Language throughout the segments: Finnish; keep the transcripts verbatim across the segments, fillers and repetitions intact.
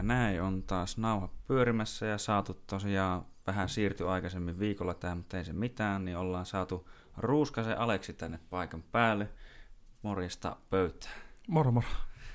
näin on taas nauha pyörimässä ja saatu tosiaan vähän siirty aikaisemmin viikolla tähän, mutta ei se mitään, niin ollaan saatu Ruuskasen Aleksi tänne paikan päälle. Morjesta pöytään. Moro moro.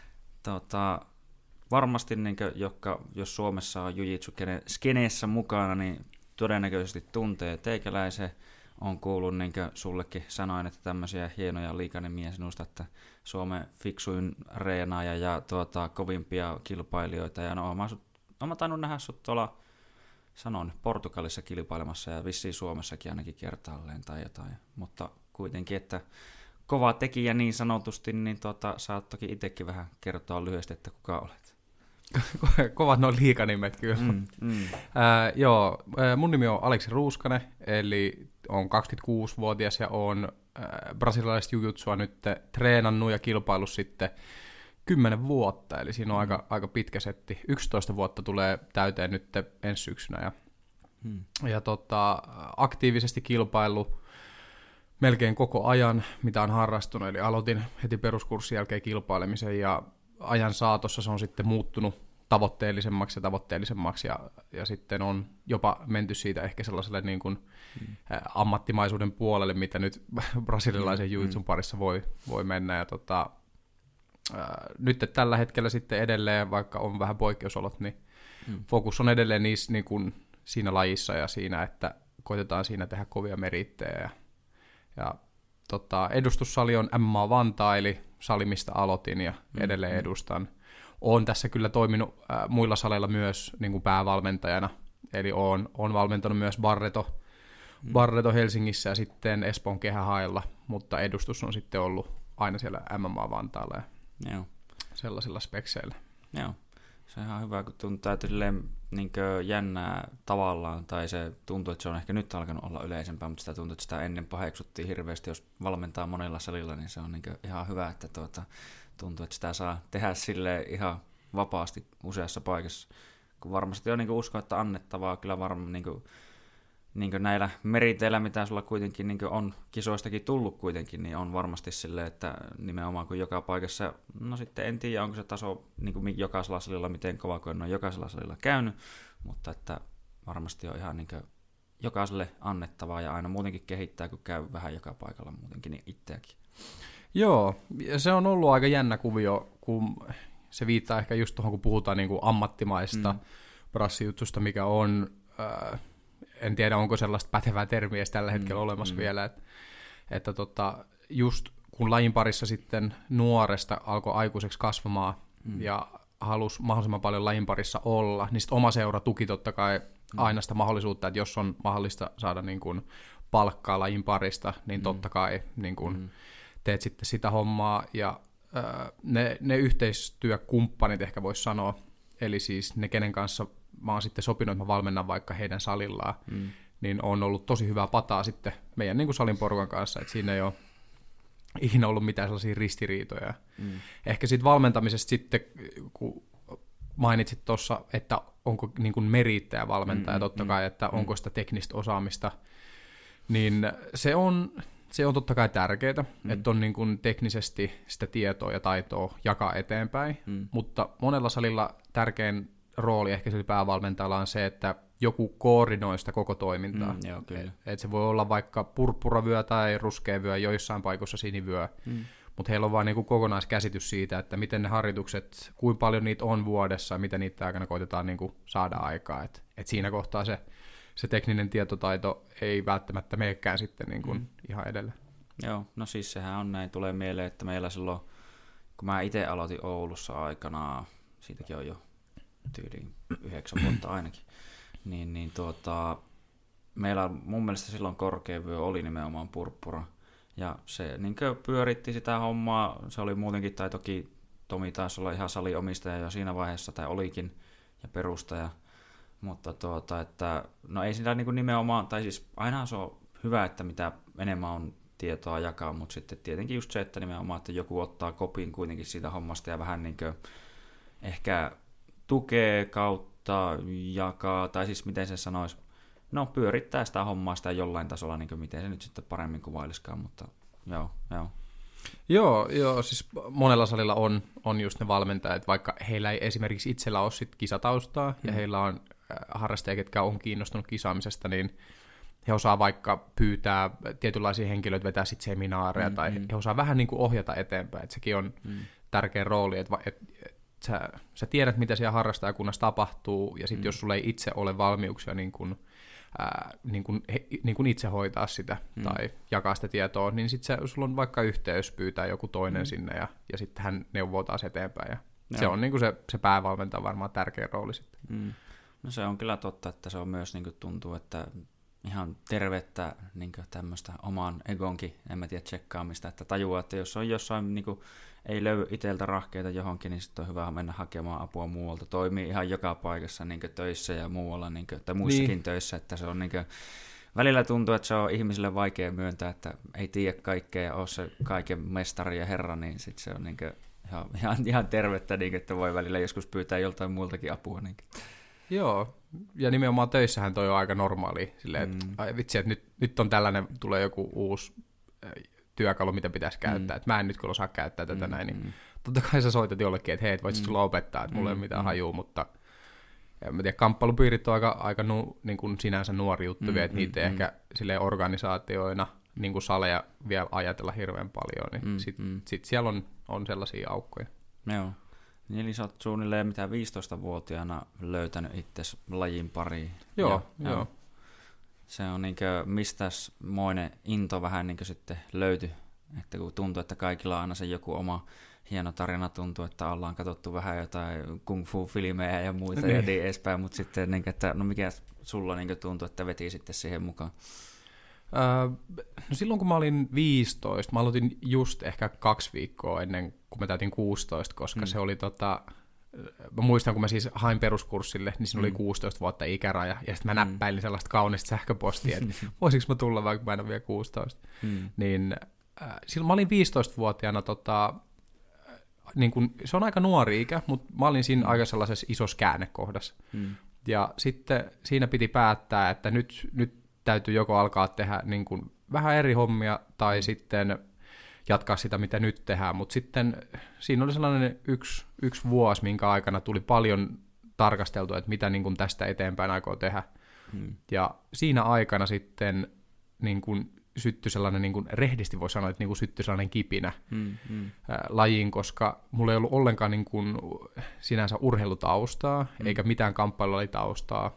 Tota, varmasti, niin kuin, jotka, jos Suomessa on jujitsu-skeneessä mukana, niin todennäköisesti tuntee teikäläisen. On kuullut, niin kuin sullekin sanoin, että tämmöisiä hienoja liikanimiä sinusta, että Suomen fiksuin reenaaja ja tuota, kovimpia kilpailijoita. Ja no, mä, mä tainnut nähdä sut tuolla, sanon, Portugalissa kilpailemassa ja vissiin Suomessakin ainakin kertaalleen tai jotain. Mutta kuitenkin, että kova tekijä niin sanotusti, niin tuota, saat toki itsekin vähän kertoa lyhyesti, että kuka olet. Kovat nuo liikanimet kyllä. Mm, mm. Äh, joo, mun nimi on Aleksi Ruuskanen, eli olen kaksikymmentäkuusivuotias ja olen äh, brasilialaista jujutsua nyt treenannut ja kilpaillut sitten kymmenen vuotta, eli siinä on mm. aika, aika pitkä setti. yksitoista vuotta tulee täyteen nyt ensi syksynä ja, mm. ja tota, aktiivisesti kilpaillut melkein koko ajan, mitä on harrastunut, eli aloitin heti peruskurssin jälkeen kilpailemisen ja ajan saatossa se on sitten muuttunut tavoitteellisemmaksi ja tavoitteellisemmaksi ja, ja sitten on jopa menty siitä ehkä sellaiselle niin kuin mm. ammattimaisuuden puolelle, mitä nyt brasilialaisen jujutsun parissa voi, voi mennä. Ja tota, ää, nyt tällä hetkellä sitten edelleen, vaikka on vähän poikkeusolot, niin mm. fokus on edelleen niissä, niin kuin siinä lajissa ja siinä, että koitetaan siinä tehdä kovia merittejä. Ja, ja tota, edustussali on M M A Vantaa, eli sali, mistä aloitin ja mm. edelleen edustan. Olen tässä kyllä toiminut äh, muilla saleilla myös niin kuin päävalmentajana, eli olen, olen valmentanut myös Barreto, mm. Barreto Helsingissä ja sitten Espoon Kehähailla, mutta edustus on sitten ollut aina siellä M M A Vantaalla ja Joo. sellaisilla spekseillä. Joo, se on ihan hyvä, kun tuntuu niin jännää tavallaan, tai se tuntuu, että se on ehkä nyt alkanut olla yleisempää, mutta sitä tuntuu, että sitä ennen paheksuttiin hirveästi, jos valmentaa monella salilla, niin se on niin ihan hyvä, että tuota, tuntuu, että sitä saa tehdä sille ihan vapaasti useassa paikassa. Kun varmasti on niin usko, että annettavaa kyllä varmaan niin niin näillä meriteillä, mitä sulla kuitenkin niin on kisoistakin tullut kuitenkin, niin on varmasti silleen, että nimenomaan kun joka paikassa, no sitten en tiedä, onko se taso niin kuin jokaisella salilla, miten kova kuin on jokaisella salilla käynyt, mutta että varmasti on ihan niin jokaiselle annettavaa ja aina muutenkin kehittää, kun käy vähän joka paikalla muutenkin niin itseäkin. Joo, se on ollut aika jännä kuvio, kun se viittaa ehkä just tuohon, kun puhutaan niin kuin ammattimaista mm. brassijutsusta, mikä on, äh, en tiedä onko sellaista pätevää termiä tällä hetkellä mm. olemassa mm. vielä, että, että tota, just kun lajin parissa sitten nuoresta alkoi aikuiseksi kasvamaan mm. ja halusi mahdollisimman paljon lajin parissa olla, niin sitten oma seura tuki totta kai mm. aina sitä mahdollisuutta, että jos on mahdollista saada niin kuin palkkaa lajin parista, niin mm. totta kai niin kuin mm. teet sitten sitä hommaa, ja äh, ne, ne yhteistyökumppanit ehkä voisi sanoa, eli siis ne, kenen kanssa mä oon sitten sopinut, että mä valmennan vaikka heidän salillaan, mm. niin on ollut tosi hyvää pataa sitten meidän niin kuin salin porukan kanssa, että siinä ei ole ikinä ollut mitään sellaisia ristiriitoja. Mm. Ehkä sitten valmentamisesta sitten, kun mainitsit tuossa, että onko niin kuin merittäjä valmentaja, mm, totta kai, että mm. onko sitä teknistä osaamista, niin se on... Se on totta kai tärkeää, mm. että on niin kuin teknisesti sitä tietoa ja taitoa jakaa eteenpäin, mm. mutta monella salilla tärkein rooli ehkä sillä päävalmentajalla on se, että joku koordinoi sitä koko toimintaa. Mm, joo, kyllä. Et, et se voi olla vaikka purppuravyö tai ruskeavyö, joissain paikoissa sinivyö, mm. mutta heillä on vaan niin kuin kokonaiskäsitys siitä, että miten ne harjoitukset, kuinka paljon niitä on vuodessa ja miten niitä aikana koitetaan niin kuin saada aikaa. Et, et siinä kohtaa se se tekninen tietotaito ei välttämättä meekään sitten niin kuin mm. ihan edelle. Joo, no siis sehän on näin. Tulee mieleen, että meillä silloin, kun mä itse aloitin Oulussa aikanaan, siitäkin on jo tyyliin yhdeksän vuotta ainakin, niin, niin tuota, meillä mun mielestä silloin korkeavyö oli nimenomaan purppura. Ja se niin pyöritti sitä hommaa. Se oli muutenkin, tai toki Tomi taisi olla ihan saliomistaja jo siinä vaiheessa, tai olikin, ja perustaja. Mutta tuota, että, no ei sitä niin nimenomaan, tai siis aina se on hyvä, että mitä enemmän on tietoa jakaa, mutta sitten tietenkin just se, että nimenomaan, että joku ottaa kopin kuitenkin siitä hommasta ja vähän niin kuin ehkä tukee kautta jakaa, tai siis miten se sanoisi, no pyörittää sitä hommaa sitä jollain tasolla, niin kuin miten se nyt sitten paremmin kuvailiskaan, mutta joo, joo. Joo, joo, siis monella salilla on, on just ne valmentajat, vaikka heillä ei esimerkiksi itsellä ole sit kisataustaa, mm. ja heillä on harrastajia, ketkä on kiinnostunut kisaamisesta, niin he osaa vaikka pyytää tietynlaisia henkilöitä vetää sit seminaareja, mm, tai mm. he osaa vähän niin kuin ohjata eteenpäin, että sekin on mm. tärkeä rooli, että et, et, sä, sä tiedät, mitä siellä harrastajakunnassa tapahtuu, ja sitten mm. jos sulla ei itse ole valmiuksia niin kuin, ää, niin kuin, he, niin kuin itse hoitaa sitä, mm. tai jakaa sitä tietoa, niin sitten sulla on vaikka yhteys pyytää joku toinen mm. sinne, ja, ja sitten hän neuvoo taas eteenpäin, ja se on niin kuin se, se päävalmentaja varmaan tärkeä rooli sitten. Mm. No se on kyllä totta, että se on myös niin kuin tuntuu, että ihan tervettä niin tämmöistä oman egonkin, en mä tiedä, tsekkaamista, että tajuaa, että jos on jossain, niin kuin, ei löydy itseltä rahkeita johonkin, niin sitten on hyvä mennä hakemaan apua muualta. Toimii ihan joka paikassa niin töissä ja muualla, niin kuin, tai muissakin niin. töissä, että se on niin kuin, välillä tuntuu, että se on ihmisille vaikea myöntää, että ei tiedä kaikkea ja ole se kaiken mestari ja herra, niin sitten se on niin kuin, ihan, ihan, ihan tervettä, niin kuin, että voi välillä joskus pyytää joltain muultakin apua. Niin kuin. Joo, ja nimenomaan töissähän toi on aika normaali, silleen, että mm. ai vitsi, että nyt, nyt on tällainen, tulee joku uusi työkalu, mitä pitäisi käyttää, mm. että mä en nyt kyllä osaa käyttää tätä mm. näin, niin totta kai sä soitat jollekin, että hei, et voit mm. sulla opettaa, että mulla mm. ei ole mitään mm. hajua, mutta en mä tiedä, kamppailupiirit on aika, aika nu, niin kuin sinänsä nuori juttu mm. vielä, että niitä ei mm. ehkä silleen organisaatioina, niin kuin saleja vielä ajatella hirveän paljon, niin mm. sitten mm. sit siellä on, on sellaisia aukkoja. Joo. Eli sä oot suunnilleen mitä viisitoistavuotiaana löytänyt itsesi lajin pariin. Joo, joo. joo. Se on niinkö, mistäs moinen into vähän niinkö sitten löytyi, että kun tuntuu, että kaikilla on aina se joku oma hieno tarina, tuntuu, että ollaan katsottu vähän jotain kung fu-filmejä ja muita ja niin edespäin, mutta sitten niinkö, että no mikä sulla niinkö tuntuu, että veti sitten siihen mukaan? Öö, no silloin kun mä olin viisitoista, mä aloitin just ehkä kaksi viikkoa ennen kuin mä täytin kuusitoista, koska mm. se oli tota, mä muistan kun mä siis hain peruskurssille, niin siinä mm. oli kuusitoista vuotta ikäraja, ja sitten mä näppäilin sellaista kaunista sähköpostia, että voisinko mä tulla vaikka mä en ole vielä kuusitoista. Mm. Niin äh, silloin mä olin viisitoistavuotiaana, tota, niin kun, se on aika nuori ikä, mutta mä olin siinä mm. aika sellaisessa isossa käännekohdassa. Mm. Ja sitten siinä piti päättää, että nyt, nyt täytyy joko alkaa tehdä niin kuin vähän eri hommia tai sitten jatkaa sitä, mitä nyt tehdään. Mutta sitten siinä oli sellainen yksi, yksi vuosi, minkä aikana tuli paljon tarkasteltua, että mitä niin kuin tästä eteenpäin aikoo tehdä. Hmm. Ja siinä aikana sitten niin kuin syttyi sellainen, niin kuin rehdisti voi sanoa, että niin kuin syttyi sellainen kipinä hmm. Hmm. lajiin, koska mulla ei ollut ollenkaan niin kuin sinänsä urheilutaustaa, hmm. eikä mitään kamppailulajitaustaa.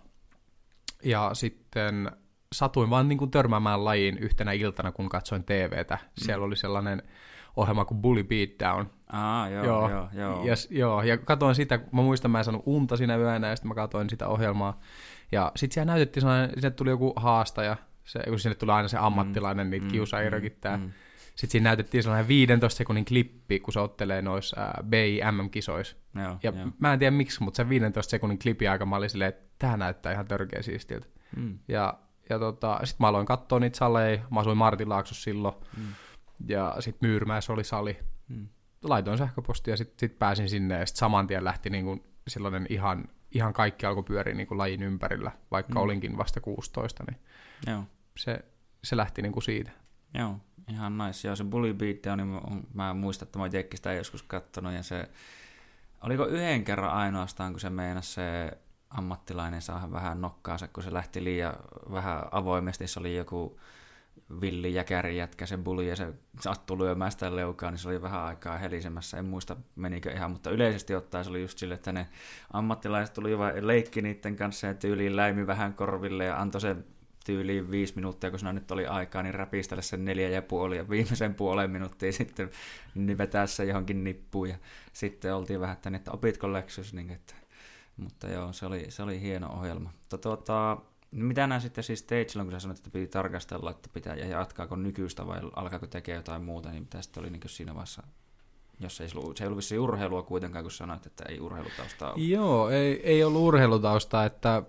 Ja sitten satuin vaan niin kuin törmäämään lajiin yhtenä iltana, kun katsoin T V:tä. Mm. Siellä oli sellainen ohjelma kuin Bully Beatdown. Ah, joo, joo, joo. joo. Ja, joo, ja katsoin sitä, mä muistan, mä en saanut unta siinä yönä, ja sitten mä katsoin sitä ohjelmaa. Ja sitten siellä näytettiin sellainen, sinne tuli joku haastaja, se, kun sinne tuli aina se ammattilainen, mm. niitä mm. kiusaa irrokittää. Mm. Sitten siinä näytettiin sellainen viidentoista sekunnin klippi, kun se ottelee noissa äh, B I M M-kisoissa. Joo, ja joo. Mä en tiedä miksi, mutta se viidentoista sekunnin klippi aika mä olin silleen, että tää näyttää ihan törkeä siistiltä. Mm. Ja Ja tota, sitten mä aloin katsoa niitä saleja, mä asuin Martinlaaksossa silloin, mm. ja sitten Myyrmäessä oli sali. Mm. Laitoin sähköpostia ja sitten sit pääsin sinne, ja sitten saman tien lähti niinku sellainen ihan, ihan kaikki alkoi pyöriä niinku lajin ympärillä, vaikka mm. olinkin vasta kuusitoista, niin Joo. Se, se lähti niinku siitä. Joo, ihan nice. Ja se Bully Beatdown, niin mä muistan, että mä oon Jekki sitä joskus kattonut, ja se, oliko yhden kerran ainoastaan, kun se meinasi se ammattilainen saada vähän nokkaansa, kun se lähti liian vähän avoimesti, se oli joku villi jäkäri jätkä se Bully, ja se sattui lyömään sitä leukaa, niin se oli vähän aikaa helisemässä, en muista menikö ihan, mutta yleisesti ottaen se oli just sille, että ne ammattilaiset tuli vain leikki niiden kanssa ja tyyliin läimi vähän korville ja antoi sen tyyliin viisi minuuttia, kun siinä nyt oli aikaa, niin räpistellä sen neljä ja puoli ja viimeisen puolen minuuttia sitten niin vetää se johonkin nippuun ja sitten oltiin vähän tänne, että opitko läksys, niin että mutta joo, se oli, se oli hieno ohjelma. Mutta tuota, mitä nämä sitten siis teit silloin, kun sä sanoit, että piti tarkastella, että pitää ja jatkaako nykyistä vai alkaako tekee jotain muuta, niin mitä sitten oli niin siinä vaiheessa, jos ei ollut, se ei ollut vissiin urheilua kuitenkaan, kun sanoit, että ei urheilutaustaa ole. Joo, ei, ei ollut urheilutaustaa, että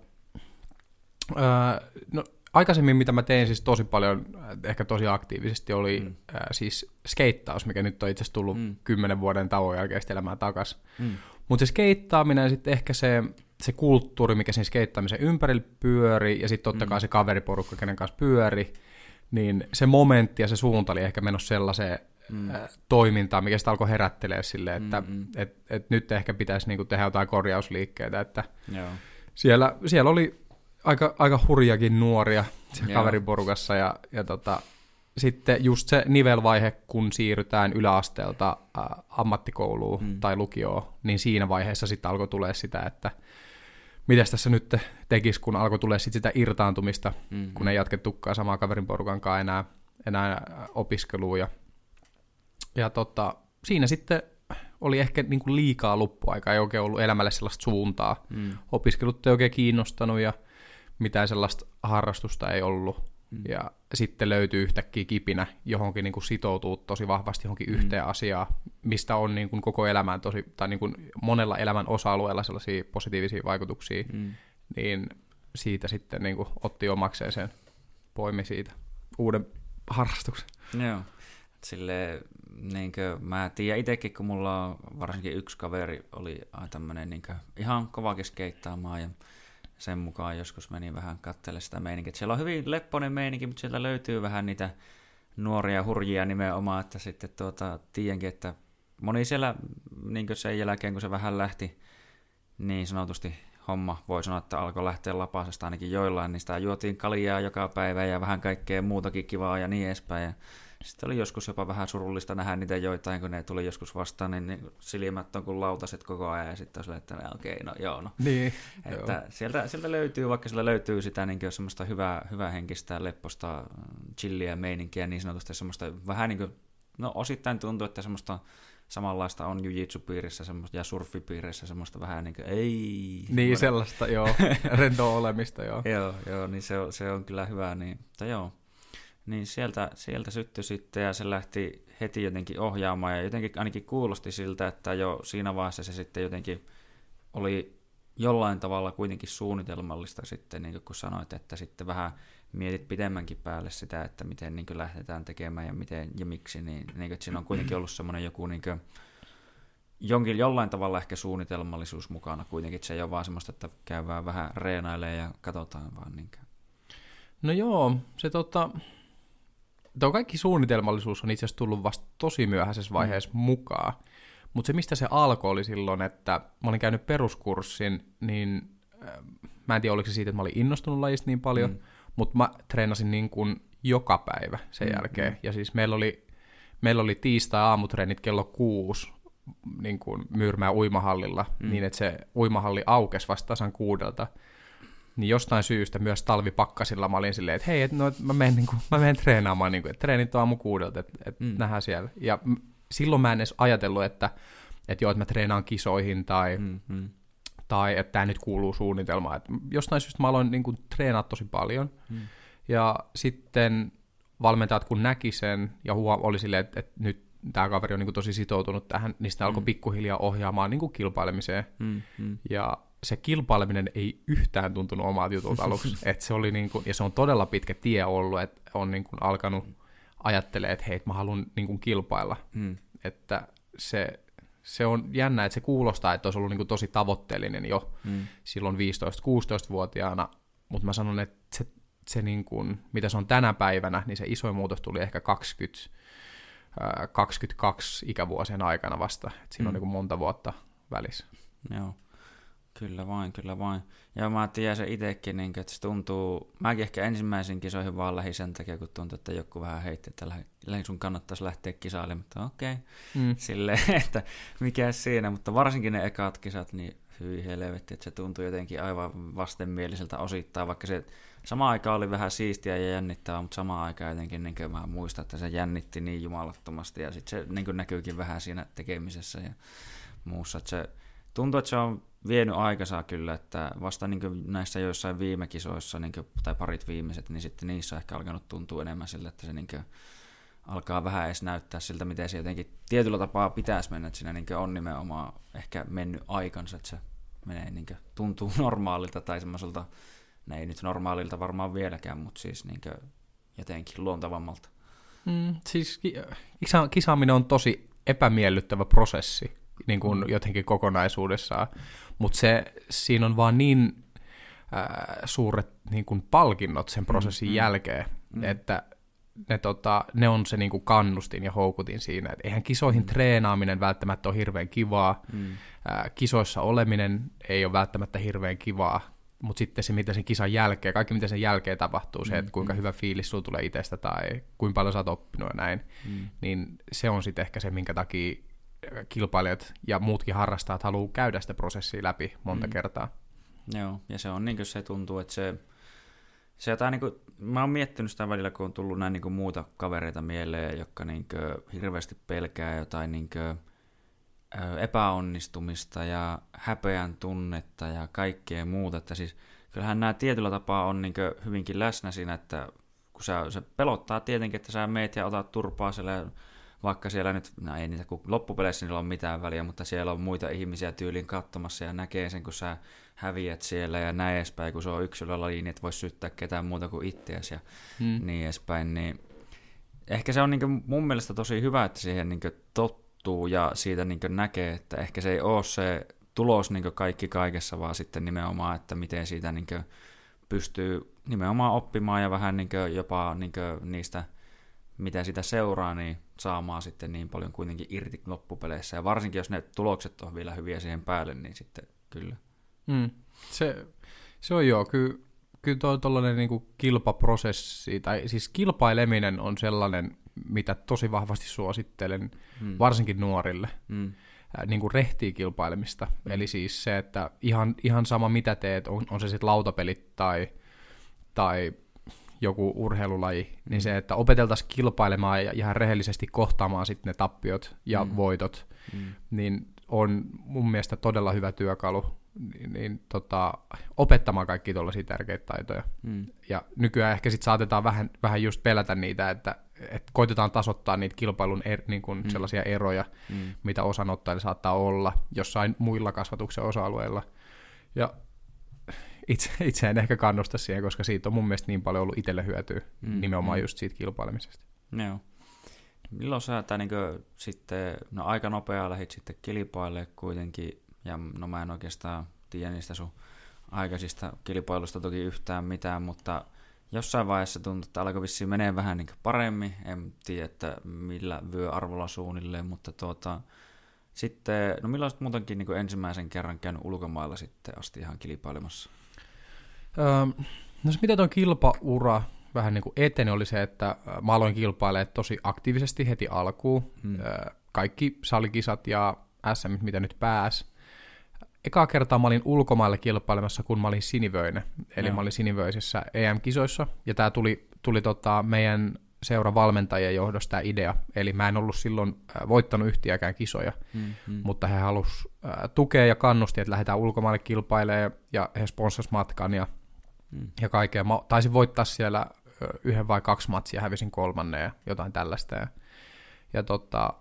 ää, no, aikaisemmin mitä mä tein siis tosi paljon, ehkä tosi aktiivisesti, oli mm. ää, siis skeittaus, mikä nyt on itse asiassa tullut mm. kymmenen vuoden tauon jälkeen elämään takaisin. Mm. Mutta se skeittaaminen ja sitten ehkä se, se kulttuuri, mikä siinä skeittaamisen ympärillä pyöri, ja sitten totta kai mm. se kaveriporukka, kenen kanssa pyöri, niin se momentti ja se suunta oli ehkä menossa sellaiseen, mm. toimintaa, mikä sitä alkoi herättelee silleen, että mm-hmm. et, et nyt ehkä pitäisi niinku tehdä jotain korjausliikkeitä, että Joo. Siellä, siellä oli aika, aika hurjakin nuoria kaveriporukassa ja, ja tota, sitten just se nivelvaihe, kun siirrytään yläasteelta ä, ammattikouluun mm. tai lukioon, niin siinä vaiheessa sitten alkoi tulee sitä, että mitäs tässä nyt tekisi, kun alkoi tulee sit sitä irtaantumista, mm-hmm. kun ei jatkettukaan samaa kaverin porukankaan enää, enää opiskeluun. Ja, ja tota, siinä sitten oli ehkä niinku liikaa loppuaikaa, ei oikein ollut elämälle sellaista suuntaa. Mm. Opiskelut ei oikein kiinnostanut ja mitään sellaista harrastusta ei ollut. Mm. Ja sitten löytyy yhtäkkiä kipinä johonkin niinku sitoutuu tosi vahvasti johonkin mm. yhteen asiaan, mistä on niinku koko elämän tosi, tai niinku monella elämän osa-alueella sellaisia positiivisia vaikutuksia, mm. niin siitä sitten niinku otti omakseen sen, poimi siitä uuden harrastuksen. Joo. Silleen, niinkö, mä tiedän itsekin, kun mulla on varsinkin yksi kaveri oli tämmönen niinkö, ihan kovakin skeittaamaan ja sen mukaan joskus meni vähän katselle sitä meininkiä. Että siellä on hyvin leppoinen meininki, mutta sieltä löytyy vähän niitä nuoria hurjia nimenomaan, että sitten tuota, tiedänkin, että moni siellä niinkö sen jälkeen, kun se vähän lähti niin sanotusti homma, voi sanoa, että alkoi lähteä lapasesta ainakin joillain, niin sitä juotiin kaljaa joka päivä ja vähän kaikkea muutakin kivaa ja niin edespäin. Ja sitten oli joskus jopa vähän surullista nähdä niitä joitain, kun ne tuli joskus vastaan, niin, niin silmät on kuin lautaset koko ajan, ja sitten on silleen, että okei, okay, no joo, no. Niin, että joo. Sieltä, sieltä löytyy, vaikka siellä löytyy sitä niin semmoista hyvää, hyvää henkistä, lepposta, chilliä meininkiä, niin sanotusti semmoista vähän niin kuin, no osittain tuntuu, että semmoista samanlaista on jujitsu-piirissä semmoista, ja surfipiirissä semmoista vähän niin kuin, ei. Niin, voidaan... sellaista, joo, rentoa olemista, joo. joo, joo, niin se on, se on kyllä hyvä, niin, mutta joo. Niin sieltä, sieltä syttyi sitten ja se lähti heti jotenkin ohjaamaan ja jotenkin ainakin kuulosti siltä, että jo siinä vaiheessa se sitten jotenkin oli jollain tavalla kuitenkin suunnitelmallista sitten, niin kuin kun sanoit, että sitten vähän mietit pidemmänkin päälle sitä, että miten niin kuin lähdetään tekemään ja miten ja miksi, niin, niin kuin, että siinä on kuitenkin ollut semmoinen joku niin kuin, jonkin, jollain tavalla ehkä suunnitelmallisuus mukana kuitenkin, että se ei ole vaan semmoista, että käydään vähän reenailemaan ja katsotaan vaan. Niin kuin. No joo, se tota... Tuo kaikki suunnitelmallisuus on itse asiassa tullut vasta tosi myöhäisessä vaiheessa mm. mukaan, mutta se mistä se alkoi oli silloin, että mä olin käynyt peruskurssin, niin äh, mä en tiedä oliko se siitä, että mä olin innostunut lajista niin paljon, mm. mutta mä treenasin niin kuin joka päivä sen mm. jälkeen, ja siis meillä oli, meillä oli tiistai-aamutreenit kello kuusi niin kuin Myyrmää uimahallilla, mm. niin että se uimahalli aukesi vasta tasan kuudelta. Niin jostain syystä myös talvipakkasilla mä olin silleen, että hei, et no, et mä, menen, niin kuin, mä menen treenaamaan, niin kuin, että treenit on aamu kuudelta, että et mm. nähdään siellä. Ja m- silloin mä en edes ajatellut, että et joo, että mä treenaan kisoihin tai, mm, mm. tai että tämä nyt kuuluu suunnitelmaan. Et jostain syystä mä aloin niin kuin, treenaa tosi paljon. Mm. Ja sitten valmentajat kun näki sen ja huom- oli silleen, että, että nyt tämä kaveri on niin kuin, tosi sitoutunut tähän, niin sitä alkoi mm. pikkuhiljaa ohjaamaan niin kuin, kilpailemiseen. Mm, mm. Ja se kilpaileminen ei yhtään tuntunut omalta jutulta aluksi. Et se oli niin kuin, ja se on todella pitkä tie ollut, että on niin kuin alkanut ajattelemaan, että hei, mä haluan niin kuin kilpailla. Mm. Että se, se on jännä, että se kuulostaa, että olisi ollut niin kuin tosi tavoitteellinen jo mm. silloin viisitoista-kuusitoista-vuotiaana, mutta mä sanon, että se, se niin kuin, mitä se on tänä päivänä, niin se isoin muutos tuli ehkä kaksikymmentä, kaksikymmentäkaksi ikävuosien aikana vasta. Et siinä mm. on niin kuin monta vuotta välissä. Joo. Kyllä vain, kyllä vain. Ja mä tiedän se itsekin, niin, että se tuntuu, mäkin ehkä ensimmäisiin kisoihin vaan lähdin sen takia, kun tuntuu, että joku vähän heitti, että lähin sun kannattaisi lähteä kisailemaan, mutta okei, okay. mm. silleen, että mikä siinä, mutta varsinkin ne ekat kisat, niin hyi helvetti, että se tuntui jotenkin aivan vastenmieliseltä osittain, vaikka se samaan aikaan oli vähän siistiä ja jännittävää, mutta samaan aikaan jotenkin niin mä muistan, että se jännitti niin jumalattomasti ja sitten se niin näkyykin vähän siinä tekemisessä ja muussa, että se tuntuu, että se on vienyt aikansa kyllä, että vasta niin näissä joissain viime kisoissa, niin kuin, tai parit viimeiset, niin sitten niissä on ehkä alkanut tuntua enemmän sillä, että se niin kuin, alkaa vähän edes näyttää siltä, miten se jotenkin tietyllä tapaa pitäisi mennä, että siinä niin kuin, on nimenomaan ehkä mennyt aikansa, että se menee, niin kuin, tuntuu normaalilta tai semmoiselta, ne ei nyt normaalilta varmaan vieläkään, mutta siis niin kuin, jotenkin luontavammalta. Mm, siis kisa- kisaaminen on tosi epämiellyttävä prosessi. Niin kuin mm. jotenkin kokonaisuudessaan, mutta se, siinä on vaan niin äh, suuret niin kuin palkinnot sen prosessin mm. jälkeen, mm. että ne, tota, ne on se niinku kannustin ja houkutin siinä. Et eihän kisoihin mm. treenaaminen välttämättä ole hirveän kivaa, mm. ää, kisoissa oleminen ei ole välttämättä hirveän kivaa, mutta sitten se, mitä sen kisan jälkeen, kaikki mitä sen jälkeen tapahtuu, se, että kuinka mm. hyvä fiilis sulla tulee itsestä tai kuinka paljon sä oot oppinut ja näin, mm. niin se on sitten ehkä se, minkä takia kilpailijat ja muutkin harrastajat haluaa käydä sitä prosessia läpi monta mm. kertaa. Joo, ja se on niin kuin se tuntuu, että se, se jotain niin kuin, mä oon miettinyt sitä välillä, kun on tullut näin niin kuin muuta kavereita mieleen, jotka niin kuin hirveästi pelkää jotain niin kuin epäonnistumista ja häpeän tunnetta ja kaikkea muuta, että siis kyllähän nämä tietyllä tapaa on niin kuin hyvinkin läsnä siinä, että kun sä, se pelottaa tietenkin, että sä meet ja otat turpaa siellä, vaikka siellä nyt, no ei niitä, kun loppupeleissä niillä on mitään väliä, mutta siellä on muita ihmisiä tyyliin katsomassa ja näkee sen, kun sä häviät siellä ja näin edespäin, kun se on yksilölaji, niin et voi syyttää ketään muuta kuin itseäsi ja hmm. niin edespäin, niin ehkä se on niin kuin mun mielestä tosi hyvä, että siihen niin kuin tottuu ja siitä niin kuin näkee, että ehkä se ei ole se tulos niin kuin kaikki kaikessa, vaan sitten nimenomaan, että miten siitä niin kuin pystyy nimenomaan oppimaan ja vähän niin kuin jopa niin kuin niistä, mitä sitä seuraa, niin saamaan sitten niin paljon kuitenkin irti loppupeleissä. Ja varsinkin, jos ne tulokset on vielä hyviä siihen päälle, niin sitten kyllä. Mm. Se, se on joo, kyllä, kyllä tuo tuollainen niin kuin kilpaprosessi, tai siis kilpaileminen on sellainen, mitä tosi vahvasti suosittelen, mm. varsinkin nuorille. Mm. Niin kuin rehtiä kilpailemista. Mm. Eli siis se, että ihan, ihan sama mitä teet, on, on se sitten lautapelit tai, tai joku urheilulaji, mm. niin se, että opeteltaisiin kilpailemaan ja ihan rehellisesti kohtaamaan sitten ne tappiot ja mm. voitot, mm. niin on mun mielestä todella hyvä työkalu niin, niin, tota, opettamaan kaikkia tuollaisia tärkeitä taitoja. Mm. Ja nykyään ehkä sitten saatetaan vähän, vähän just pelätä niitä, että et koitetaan tasoittaa niitä kilpailun er, niin kun mm. sellaisia eroja, mm. mitä osanottajilla saattaa olla jossain muilla kasvatuksen osa-alueilla. Ja itse, itse en ehkä kannusta siihen, koska siitä on mun mielestä niin paljon ollut itselle hyötyä mm. nimenomaan mm. just siitä kilpailemisesta. Joo. Milloin sä tai niin sitten, no aika nopeaa lähdit sitten kilpailemaan kuitenkin, ja no mä en oikeastaan tiedä niistä sun aikaisista kilpailusta toki yhtään mitään, mutta jossain vaiheessa tuntuu, että alkoi vissiin menee vähän niin paremmin, en tiedä, että millä vyöarvolla suunnilleen, mutta tuota, sitten, no milloin muutenkin niin ensimmäisen kerran käynyt ulkomailla sitten asti ihan kilpailemassa? Öö, no se mitä tuon kilpaura vähän niin kuin eteni oli se, että mä aloin kilpailemaan tosi aktiivisesti heti alkuun. Hmm. Öö, kaikki salikisat ja S M, mitä nyt pääs. Ekaa kertaa mä olin ulkomailla kilpailemassa, kun mä olin sinivöinen. Eli no. mä olin sinivöisessä E M-kisoissa. Ja tää tuli, tuli tota meidän seuran valmentajien johdosta tämä idea. Eli mä en ollut silloin voittanut yhtiäkään kisoja, mm, mm. mutta he halusivat tukea ja kannusti, että lähdetään ulkomaille kilpailemaan. Ja he sponsasivat matkan ja, mm. ja kaikkea. Mä taisin voittaa siellä yhden vai kaksi matsia, hävisin kolmannen ja jotain tällaista. Ja, ja tota,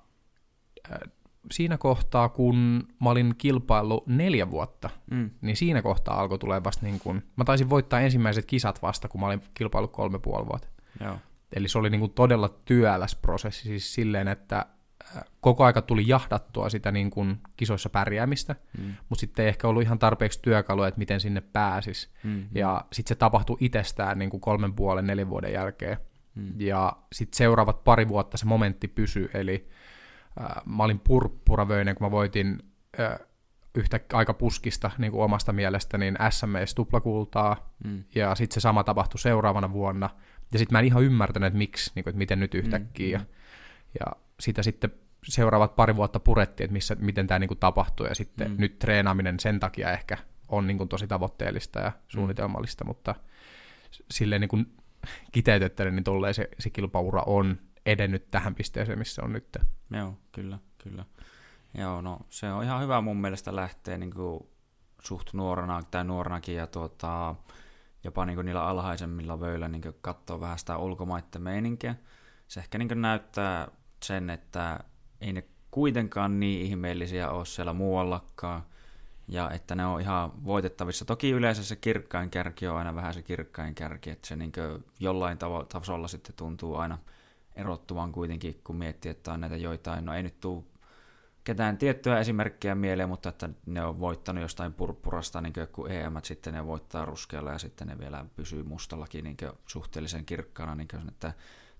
siinä kohtaa, kun mä olin kilpaillut neljä vuotta, mm. niin siinä kohtaa alkoi tulee vasta niin kuin, mä taisin voittaa ensimmäiset kisat vasta, kun mä olin kilpaillut kolme puoli vuotta. Joo. Eli se oli niin kuin todella työläs prosessi, siis silleen, että koko aika tuli jahdattua sitä niin kuin kisoissa pärjäämistä, mm. mutta sitten ei ehkä ollut ihan tarpeeksi työkaluja, että miten sinne pääsisi. Mm-hmm. Ja sitten se tapahtui itsestään niin kuin kolmen puolen, neljän vuoden jälkeen. Mm. Ja sitten seuraavat pari vuotta se momentti pysyi, eli äh, mä olin purppuravöinen, kun mä voitin äh, yhtä aika puskista niin kuin omasta mielestä, niin S M S tuplakultaa, mm. ja sitten se sama tapahtui seuraavana vuonna. Ja sitten mä en ihan ymmärtänyt, että miksi, niin kuin, että miten nyt yhtäkkiä. Mm. Ja, ja sitä sitten seuraavat pari vuotta purettiin, että missä, miten tämä niin tapahtuu, ja sitten mm. nyt treenaaminen sen takia ehkä on niin kuin tosi tavoitteellista ja suunnitelmallista, mm. mutta silleen niin kuin kiteytettäen, niin tolleen se, se kilpaura on edennyt tähän pisteeseen, missä on nyt. Joo, kyllä, kyllä. Joo, no se on ihan hyvä mun mielestä lähteä niin kuin suht nuorena tai nuorenakin ja tuota, jopa niin kuin niillä alhaisemmilla vöillä niin kuin katsoa vähän sitä ulkomaiden meininkiä. Se ehkä niin kuin näyttää sen, että ei ne kuitenkaan niin ihmeellisiä ole siellä muuallakaan, ja että ne on ihan voitettavissa. Toki yleensä se kirkkain kärki on aina vähän se kirkkain kärki, että se niin kuin jollain tav- tasolla sitten tuntuu aina erottuvan kuitenkin, kun miettii, että on näitä joitain, no ei nyt tule ketään tiettyä esimerkkiä mieleen, mutta että ne on voittanut jostain purppurasta, niin kuin E M, sitten ne voittaa ruskealla ja sitten ne vielä pysyy mustallakin niin suhteellisen kirkkaana, niin kuin, että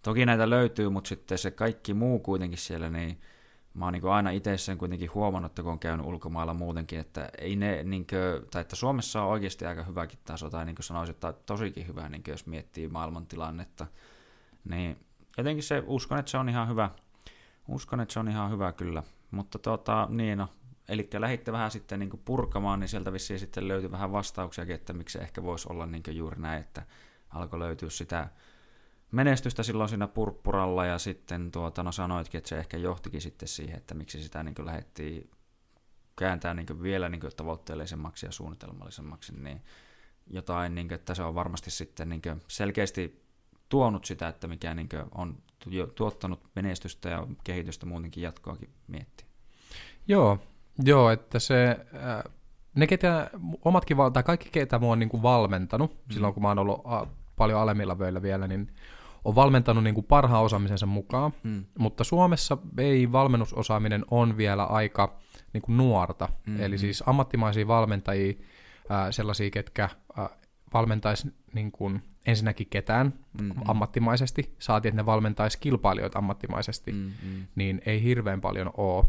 toki näitä löytyy, mutta sitten se kaikki muu kuitenkin siellä, niin mä oon niin aina itse sen kuitenkin huomannut, että kun on käynyt ulkomailla muutenkin, että ei ne, niin kuin, tai että Suomessa on oikeasti aika hyväkin taso, tai niin kuin sanoisin, että tosikin hyvä, niin jos miettii maailman tilannetta, niin jotenkin se, uskon, että se on ihan hyvä, uskon, että se on ihan hyvä kyllä, mutta tota, niin no, eli lähditte vähän sitten niin kuin purkamaan, niin sieltä vissiin sitten löytyi vähän vastauksiakin, että miksi se ehkä voisi olla niin kuin juuri näin, että alkoi löytyä sitä menestystä silloin siinä purppuralla, ja sitten tuota, no sanoitkin, että se ehkä johtikin sitten siihen, että miksi sitä niin kuin lähdettiin kääntää niin kuin vielä niin kuin tavoitteellisemmaksi ja suunnitelmallisemmaksi, niin jotain, niin kuin, että se on varmasti sitten niin kuin selkeästi tuonut sitä, että mikä niin kuin on tuottanut menestystä ja kehitystä muutenkin jatkoakin miettiä. Joo, joo, että se, ne ketä, omatkin, tai kaikki ketä mua on niin kuin valmentanut, mm. silloin kun mä oon ollut paljon alemmilla vöillä vielä, niin on valmentanut niin kuin parhaan osaamisensa mukaan, mm. mutta Suomessa ei valmennusosaaminen on vielä aika niin kuin nuorta, mm-hmm. eli siis ammattimaisia valmentajia, ää, sellaisia, ketkä ää, valmentaisi niin kuin ensinnäkin ketään mm-hmm. ammattimaisesti, saatiin, että ne valmentaisi kilpailijoita ammattimaisesti, mm-hmm. niin ei hirveän paljon ole.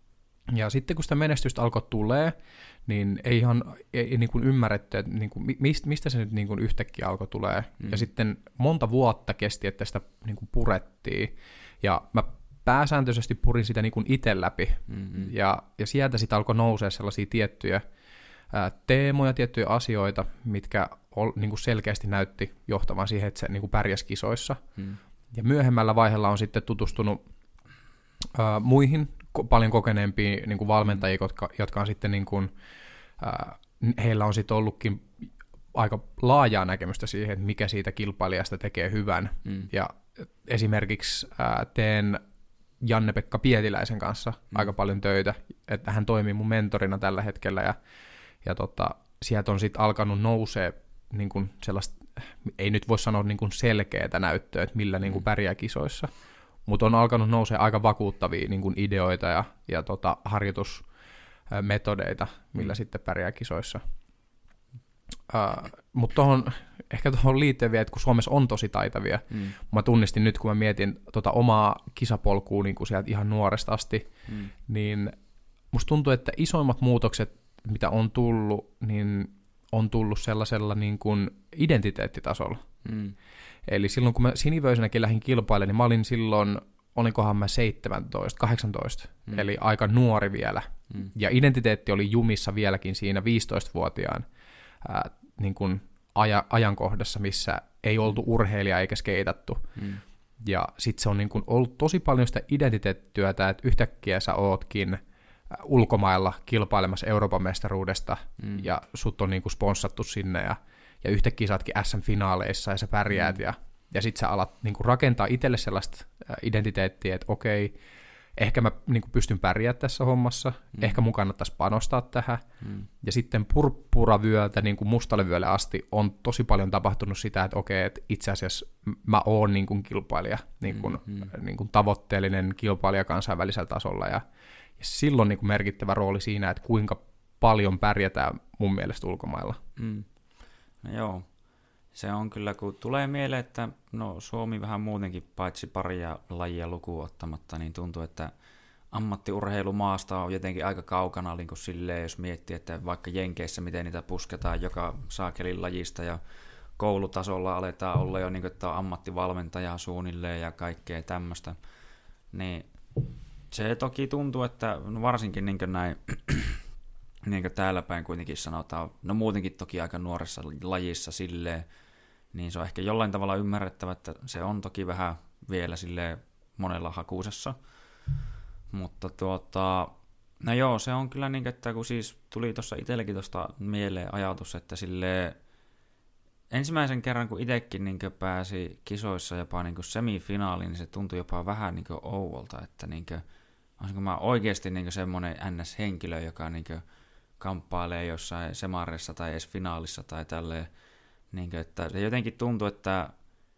Ja sitten kun sitä menestystä alkoi tulee, niin ei ihan ei, niin kuin ymmärretty, että niin kuin, mistä, mistä se nyt niin kuin yhtäkkiä alkoi tulee. Mm. Ja sitten monta vuotta kesti, että sitä niin kuin purettiin. Ja mä pääsääntöisesti purin sitä niin kuin itse läpi. Mm-hmm. Ja, ja sieltä sitten alkoi nousea sellaisia tiettyjä ää, teemoja, tiettyjä asioita, mitkä ol, niin kuin selkeästi näytti johtavan siihen, että se niin kuin pärjäsi kisoissa. Mm. Ja myöhemmällä vaiheella on sitten tutustunut ää, muihin paljon kokeneempia niin kuin valmentajia, mm. jotka, jotka on sitten niin kuin, äh, heillä on sitten ollutkin aika laajaa näkemystä siihen, että mikä siitä kilpailijasta tekee hyvän. Mm. Ja esimerkiksi äh, teen Janne-Pekka Pietiläisen kanssa mm. aika paljon töitä, että hän toimii mun mentorina tällä hetkellä, ja, ja tota, sieltä on sitten alkanut nousee niin kuin sellaista, ei nyt voi sanoa niin kuin selkeätä näyttöä, että millä niin kuin pärjää kisoissa, mutta on alkanut nousea aika vakuuttavia niin kuin ideoita ja, ja tota, harjoitusmetodeita, millä mm. sitten pärjää kisoissa. Uh, mutta tohon, ehkä tuohon liittyen vielä, että kun Suomessa on tosi taitavia, mm. mä tunnistin nyt, kun mä mietin tota omaa kisapolkua niin kuin sieltä ihan nuoresta asti, mm. niin musta tuntuu, että isoimmat muutokset, mitä on tullut, niin on tullut sellaisella niin kuin identiteettitasolla. Mm. Eli silloin, kun mä sinivöisenäkin lähdin kilpailemaan, niin mä olin silloin, olinkohan mä seitsemäntoista, kahdeksantoista, mm. eli aika nuori vielä. Mm. Ja identiteetti oli jumissa vieläkin siinä viisitoistavuotiaan ää, niin kuin aja, ajankohdassa, missä ei oltu urheilija eikä skeitattu. Mm. Ja sit se on niin kuin ollut tosi paljon sitä identiteettityötä, että yhtäkkiä sä ootkin ulkomailla kilpailemassa Euroopan mestaruudesta, mm. ja sut on niin kuin sponssattu sinne, ja ja yhtäkkiä sä ootkin äs äm-finaaleissa ja sä pärjäät, mm. ja, ja sit sä alat niin kuin rakentaa itselle sellaista identiteettiä, että okei, ehkä mä niin kuin pystyn pärjäämään tässä hommassa, mm. ehkä mun kannattaisi panostaa tähän, mm. ja sitten purppuravyöltä niin kuin mustalle vyölle asti on tosi paljon tapahtunut sitä, että okei, että itse asiassa mä oon niin kuin kilpailija, niin kuin, mm. niin kuin tavoitteellinen kilpailija kansainvälisellä tasolla, ja, ja silloin niin kuin merkittävä rooli siinä, että kuinka paljon pärjätään mun mielestä ulkomailla. Mm. No joo, se on kyllä, kun tulee mieleen, että no Suomi vähän muutenkin, paitsi paria lajia lukuun ottamatta, niin tuntuu, että ammattiurheilumaasta on jotenkin aika kaukana, niin kuin silleen, jos miettii, että vaikka Jenkeissä, miten niitä pusketaan joka saakelin lajista, ja koulutasolla aletaan olla jo, niin kuin, että on ammattivalmentajaa suunnilleen ja kaikkea tämmöistä, niin se toki tuntuu, että no varsinkin niin kuin näin, niin kuin täällä päin kuitenkin sanotaan, no muutenkin toki aika nuoressa lajissa silleen, niin se on ehkä jollain tavalla ymmärrettävä, että se on toki vähän vielä silleen monella hakuusessa. Mutta tuota, no joo, se on kyllä niin, että kun siis tuli tuossa itsellekin tuosta mieleen ajatus, että silleen ensimmäisen kerran kun itsekin niin pääsi kisoissa jopa niin semifinaaliin, niin se tuntui jopa vähän niin ouvolta, että niin kuin, olisinko mä oikeasti niin semmoinen N S-henkilö, joka niin kamppailee jossain semarissa tai edes finaalissa tai tälleen, niin kuin, että se jotenkin tuntui, että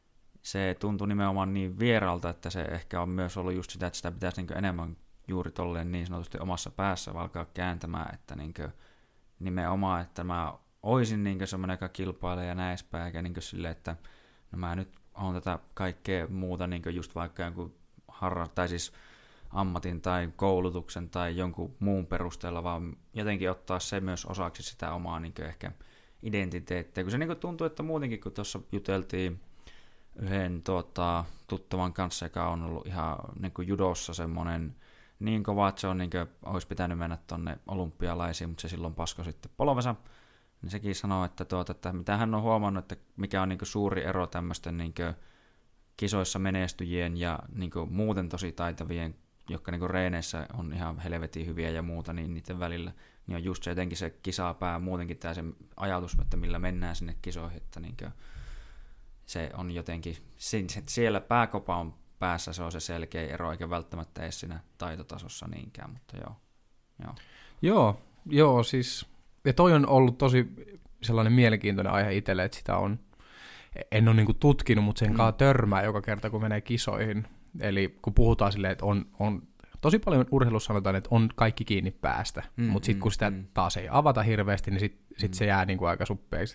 se tuntui nimenomaan niin vieraalta, että se ehkä on myös ollut just sitä, että sitä pitäisi niin enemmän juuri tolleen niin sanotusti omassa päässä alkaa kääntämään, että niin nimenomaan, että mä oisin niin semmoinen, joka kilpailee ja näispäin, eikä niin silleen, että no mä nyt on tätä kaikkea muuta, niin just vaikka jonkun harra, tai siis ammatin tai koulutuksen tai jonkun muun perusteella, vaan jotenkin ottaa se myös osaksi sitä omaa niin ehkä identiteettiä. Kun se niin tuntuu, että muutenkin kun tuossa juteltiin yhden tuota, tuttavan kanssa, joka on ollut ihan niin judossa semmoinen niin kova, että se on niin kuin, olisi pitänyt mennä tuonne olympialaisiin, mutta se silloin pasko sitten polvensa. Niin sekin sanoo, että, tuota, että mitä hän on huomannut, että mikä on niin suuri ero tämmöisten niin kisoissa menestyjien ja niin muuten tosi taitavien, jotka niin reeneissä on ihan helvetin hyviä ja muuta, niin niiden välillä niin on just se jotenkin se kisapää, muutenkin tämä se ajatus, että millä mennään sinne kisoihin, että niin se on jotenkin, siellä pääkopan päässä se on se selkeä ero, eikä välttämättä edes siinä taitotasossa niinkään, mutta joo. Joo, joo, joo siis, ja toi on ollut tosi sellainen mielenkiintoinen aihe itselle, että sitä on, en ole niinku tutkinut, mutta sen kanssa törmää joka kerta, kun menee kisoihin. Eli kun puhutaan silleen, että on, on tosi paljon urheilussa sanotaan, että on kaikki kiinni päästä, mm, mutta sitten kun sitä mm. taas ei avata hirveästi, niin sitten sit mm. se jää niinku aika suppeiksi.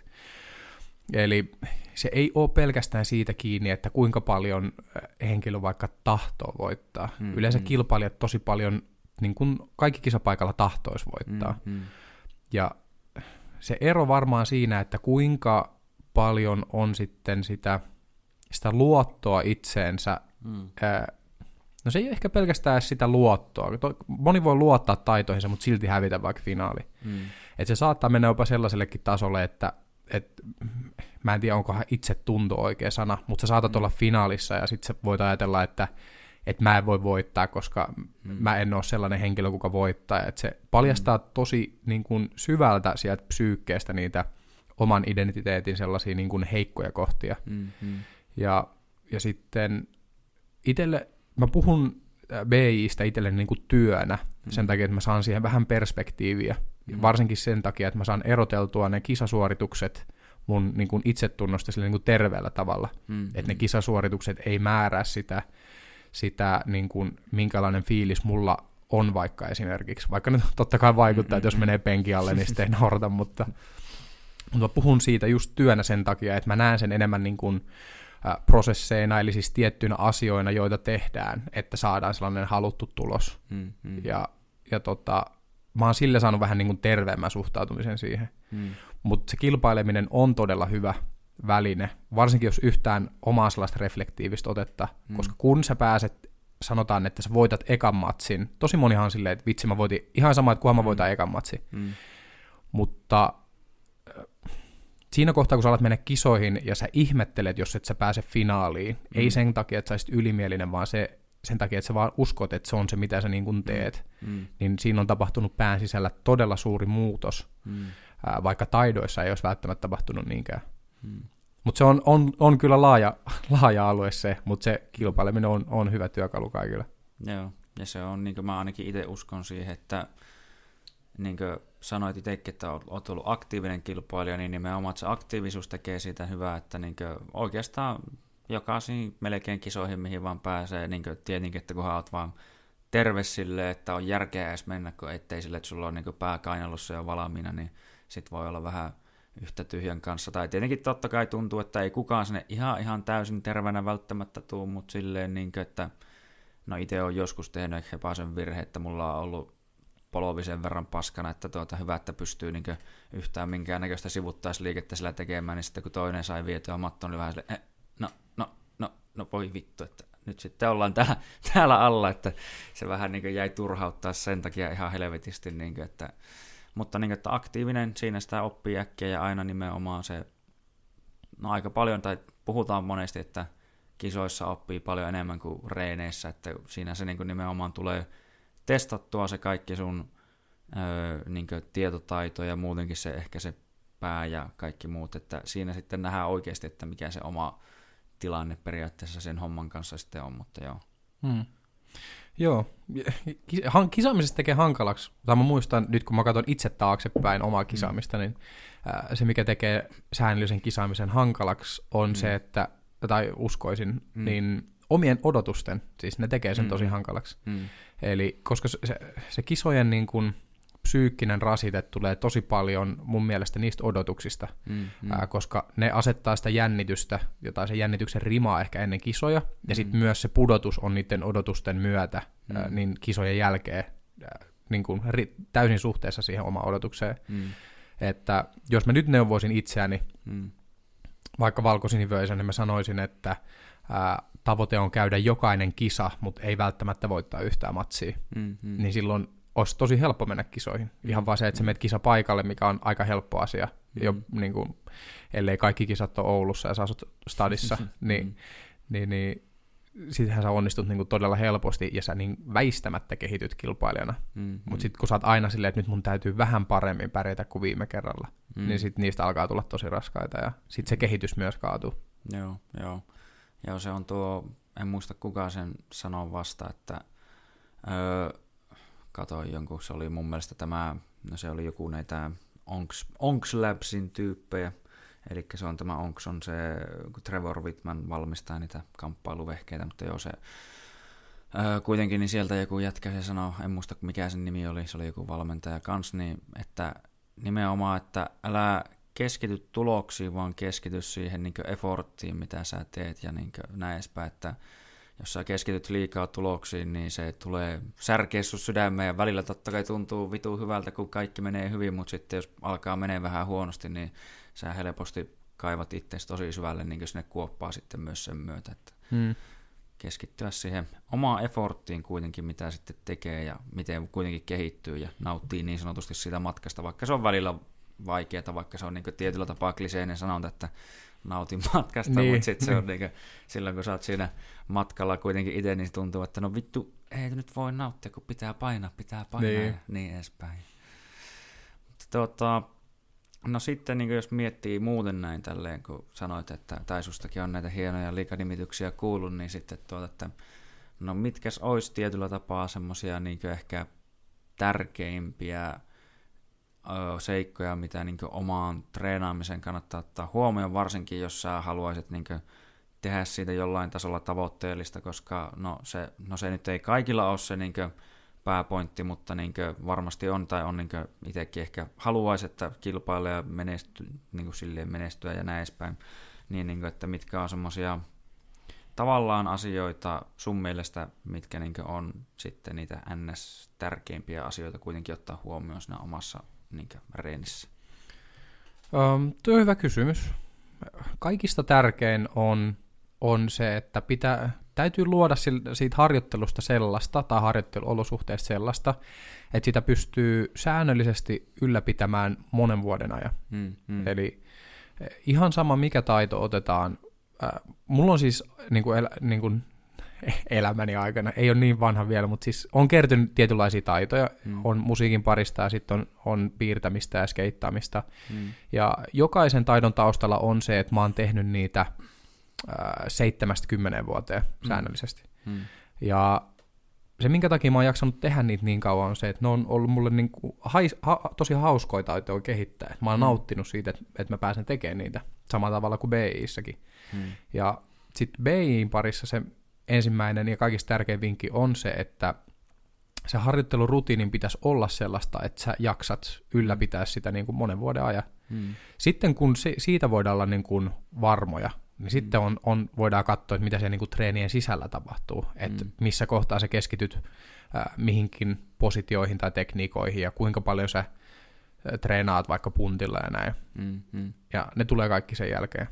Eli se ei ole pelkästään siitä kiinni, että kuinka paljon henkilö vaikka tahtoo voittaa. Mm, Yleensä mm. kilpailijat tosi paljon, niin kuin kaikki kisapaikalla tahtoisi voittaa. Mm, mm. Ja se ero varmaan siinä, että kuinka paljon on sitten sitä, sitä luottoa itseensä. Mm. Ää, no se ei ole ehkä pelkästään sitä luottoa. Moni voi luottaa taitoihinsa, mutta silti hävitä vaikka finaali. Mm. Et se saattaa mennä jopa sellaisellekin tasolle, että et, mä en tiedä, onkohan itse tunto oikea sana, mutta sä saatat mm. olla finaalissa ja sitten sä voit ajatella, että et mä en voi voittaa, koska mm. mä en ole sellainen henkilö, kuka voittaa. Et se paljastaa mm. tosi niin kun, syvältä sieltä psyykkeestä niitä oman identiteetin sellaisia niin kun, heikkoja kohtia. Mm. Mm. Ja, ja sitten itselle, mä puhun B I:stä itselle niin kuin työnä mm. sen takia, että mä saan siihen vähän perspektiiviä. Mm. Varsinkin sen takia, että mä saan eroteltua ne kisasuoritukset mun niin kuin itsetunnosta sille niin kuin terveellä tavalla. Mm. Että ne kisasuoritukset ei määrää sitä, sitä niin kuin, minkälainen fiilis mulla on vaikka esimerkiksi. Vaikka nyt totta kai vaikuttaa, mm. että jos menee penkin alle, niin sitten ei naurata, mutta, mutta mä puhun siitä just työnä sen takia, että mä näen sen enemmän niin kuin prosesseina, eli siis tiettyinä asioina, joita tehdään, että saadaan sellainen haluttu tulos. Mm, mm. Ja, ja tota, mä oon sille saanut vähän niin kuin terveemmän suhtautumisen siihen. Mm. Mutta se kilpaileminen on todella hyvä väline, varsinkin jos yhtään omaa sellaista reflektiivistä otetta, mm. koska kun sä pääset, sanotaan, että sä voitat ekan matsin, tosi monihan on silleen, että vitsi, mä voitin ihan sama, että kunhan mä voitan mm. ekan matsin. Mm. Mutta siinä kohtaa, kun sä alat mennä kisoihin ja sä ihmettelet, jos et sä pääse finaaliin, mm. ei sen takia, että sä olisit ylimielinen, vaan se, sen takia, että sä vaan uskot, että se on se, mitä sä niin kuin teet, mm. niin siinä on tapahtunut pään sisällä todella suuri muutos, mm. ää, vaikka taidoissa ei olisi välttämättä tapahtunut niinkään. Mm. Mutta se on, on, on kyllä laaja, laaja alue se, mutta se kilpaileminen on, on hyvä työkalu kaikille. Joo, ja se on, niin kuin mä ainakin itse uskon siihen, että niin kuin sanoit itsekin, että olet ollut aktiivinen kilpailija, niin nimenomaan että se aktiivisuus tekee siitä hyvää, että niin oikeastaan jokaisiin melkein kisoihin, mihin vaan pääsee, niin tietenkin, että kunhan olet vaan terve silleen, että on järkeä edes mennä, kun ettei sille, että sulla on niin pää kainalossa ja valmiina, niin sit voi olla vähän yhtä tyhjän kanssa. Tai tietenkin totta kai tuntuu, että ei kukaan sinne ihan, ihan täysin terveenä välttämättä tule, mutta silleen, niin kuin, että no itse olen joskus tehnyt ehkä hepaisen virhe, että mulla on ollut polovisen verran paskana, että tuota, hyvä, että pystyy niin yhtään minkäännäköistä sivuttaisliikettä sillä tekemään, niin sitten kun toinen sai vietyä mattoon, niin vähän silleen, eh, no, no, no, no voi vittu, että nyt sitten ollaan täällä, täällä alla, että se vähän niin jäi turhauttaa sen takia ihan helvetisti, niin kuin, että, mutta niin kuin, että aktiivinen, siinä sitä oppii äkkiä ja aina nimenomaan se, no aika paljon, tai puhutaan monesti, että kisoissa oppii paljon enemmän kuin reeneissä, että siinä se niin kuin nimenomaan tulee testattua se kaikki sun öö, niin kuin tietotaito ja muutenkin se ehkä se pää ja kaikki muut, että siinä sitten nähdään oikeasti, että mikä se oma tilanne periaatteessa sen homman kanssa sitten on, mutta joo. Hmm. Joo, kisaamisesta tekee hankalaksi, tai mä muistan nyt kun mä katson itse taaksepäin omaa kisaamista, hmm. niin äh, se mikä tekee säännöllisen kisaamisen hankalaksi on hmm. se, että, tai uskoisin, hmm. niin omien odotusten, siis ne tekee sen hmm. tosi hankalaksi. Hmm. Eli koska se, se kisojen niin kuin psyykkinen rasite tulee tosi paljon mun mielestä niistä odotuksista, mm, mm. Ää, koska ne asettaa sitä jännitystä, jotain se jännityksen rimaa ehkä ennen kisoja, mm. ja sitten myös se pudotus on niiden odotusten myötä mm. ää, niin kisojen jälkeen ää, niin kuin ri, täysin suhteessa siihen omaan odotukseen. Mm. Että jos mä nyt neuvoisin itseäni, mm. vaikka valkosinivöisen, niin mä sanoisin, että ää, tavoite on käydä jokainen kisa, mutta ei välttämättä voittaa yhtään matsia, mm, mm. niin silloin olisi tosi helppo mennä kisoihin. Ihan vaan se, että sä menet kisapaikalle, mikä on aika helppo asia, mm. jo, niin kuin, ellei kaikki kisat ole Oulussa ja sä asut stadissa, niin, mm. niin, niin sittenhän sä onnistut niin kuin todella helposti ja sä niin väistämättä kehityt kilpailijana. Mm. Mutta sitten kun sä oot aina silleen, että nyt mun täytyy vähän paremmin pärjätä kuin viime kerralla, mm. niin sitten niistä alkaa tulla tosi raskaita ja sitten se kehitys myös kaatuu. Joo, joo. Joo, se on tuo, en muista kuka sen sanoo vasta, että öö, katoin jonkun, se oli mun mielestä tämä, no se oli joku näitä Onks, Onks Labsin tyyppejä, eli se on tämä Onks on se, kun Trevor Whitman valmistaa niitä kamppailuvehkeitä, mutta joo se, öö, kuitenkin niin sieltä joku jätkä se sanoo, en muista mikä sen nimi oli, se oli joku valmentaja kans, niin että nimenomaan, että älä keskity tuloksiin, vaan keskity siihen niin kuin efforttiin, mitä sä teet ja niin kuin näin edespäin, että jos sä keskityt liikaa tuloksiin, niin se tulee särkeä sun sydämeen ja välillä totta kai tuntuu vitu hyvältä, kun kaikki menee hyvin, mutta sitten jos alkaa menee vähän huonosti, niin sä helposti kaivat itseäsi tosi syvälle niin kuin sinne kuoppaa sitten myös sen myötä, että hmm. keskittyä siihen omaan efforttiin kuitenkin, mitä sitten tekee ja miten kuitenkin kehittyy ja nauttii niin sanotusti siitä matkasta, vaikka se on välillä vaikeaa, vaikka se on niin tietyllä tapaa kliseinen sanonta, että nautin matkasta, niin. Mutta sitten se on niin silloin, kun sä oot siinä matkalla kuitenkin itse, niin tuntuu, että no vittu, ei nyt voi nauttia, kun pitää painaa, pitää painaa niin. Ja niin edespäin. Mutta tuota, no sitten niin jos miettii muuten näin tälleen, kun sanoit, että Taisustakin on näitä hienoja liiganimityksiä kuullut, niin sitten tuota, että no mitkäs olisi tietyllä tapaa semmoisia niin ehkä tärkeimpiä seikkoja, mitä niin omaan treenaamisen kannattaa ottaa huomioon, varsinkin jos sä haluaisit niin tehdä siitä jollain tasolla tavoitteellista, koska no se, no se nyt ei kaikilla ole se niin pääpointti, mutta niin varmasti on, tai on niin itsekin ehkä haluaisi, että kilpailija menesty, niin silleen menestyä ja näin edespäin, niin, niin kuin, että mitkä on semmoisia tavallaan asioita sun mielestä, mitkä niin on sitten niitä ns. Tärkeimpiä asioita kuitenkin ottaa huomioon siinä omassa niin reenissä? Um, tuo on hyvä kysymys. Kaikista tärkein on, on se, että pitää, täytyy luoda siitä harjoittelusta sellaista, tai harjoitteluolosuhteesta sellaista, että sitä pystyy säännöllisesti ylläpitämään monen vuoden ajan. Hmm, hmm. Eli ihan sama, mikä taito otetaan. Äh, mulla on siis niin kuin el, niin kuin elämäni aikana, ei ole niin vanha vielä, mutta siis on kertynyt tietynlaisia taitoja, mm. on musiikin parista ja sitten on, on piirtämistä ja skeittaamista. Mm. Ja jokaisen taidon taustalla on se, että mä oon tehnyt niitä äh, seitsemästä kymmeneen vuoteen mm. säännöllisesti. Mm. Ja se, minkä takia mä oon jaksanut tehdä niitä niin kauan, on se, että ne on ollut mulle niin kuin hais, ha, tosi hauskoja taitoja kehittää. Mä oon mm. nauttinut siitä, että, että mä pääsen tekemään niitä samalla tavalla kuin B I-issäkin. Mm. Ja sitten B I-in parissa se ensimmäinen ja kaikista tärkein vinkki on se, että se harjoittelurutiinin pitäisi olla sellaista, että sä jaksat ylläpitää sitä niin kuin monen vuoden ajan. Hmm. Sitten kun se, siitä voidaan olla niin kuin varmoja, niin hmm. sitten on, on, voidaan katsoa, että mitä siellä niin kuin treenien sisällä tapahtuu, että hmm. missä kohtaa sä keskityt äh, mihinkin positioihin tai tekniikoihin ja kuinka paljon sä äh, treenaat vaikka puntilla ja näin. Hmm. Hmm. Ja ne tulee kaikki sen jälkeen.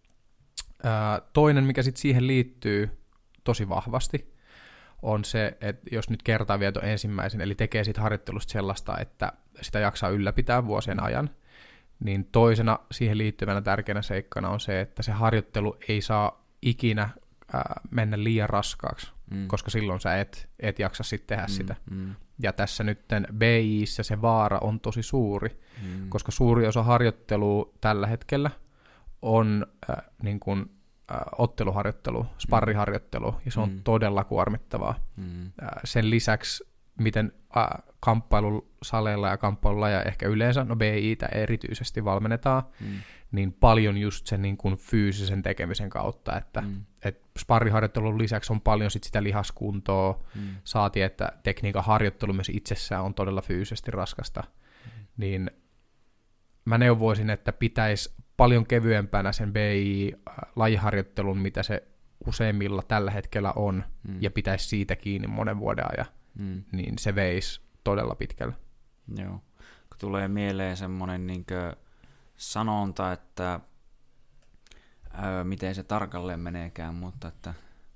Äh, toinen, mikä sitten siihen liittyy tosi vahvasti, on se, että jos nyt kertaa vielä ensimmäisen, eli tekee siitä harjoittelusta sellaista, että sitä jaksaa ylläpitää vuosien ajan, niin toisena siihen liittyvänä tärkeänä seikkana on se, että se harjoittelu ei saa ikinä ää, mennä liian raskaaksi, mm. koska silloin sä et, et jaksa sitten tehdä mm, sitä. Mm. Ja tässä nyt B I:ssä se vaara on tosi suuri, mm. koska suuri osa harjoittelua tällä hetkellä on äh, niin kuin otteluharjoittelu, sparriharjoittelu, ja se on mm. todella kuormittavaa. Mm. Sen lisäksi miten äh, kamppailusaleilla ja kamppailulla ja ehkä yleensä, no B I:tä erityisesti valmennetaan, mm. niin paljon just sen niin kuin fyysisen tekemisen kautta, että mm. et sparriharjoittelun lisäksi on paljon sit sitä lihaskuntoa, mm. saati, että tekniikan harjoittelu myös itsessään on todella fyysisesti raskasta, mm. niin mä neuvoisin, että pitäisi paljon kevyempänä sen B I-lajiharjoittelun, mitä se useimmilla tällä hetkellä on, mm. ja pitäisi siitä kiinni monen vuoden ajan, mm. niin se veisi todella pitkälle. Joo, kun tulee mieleen semmoinen niinkö sanonta, että öö, miten se tarkalleen meneekään, mutta että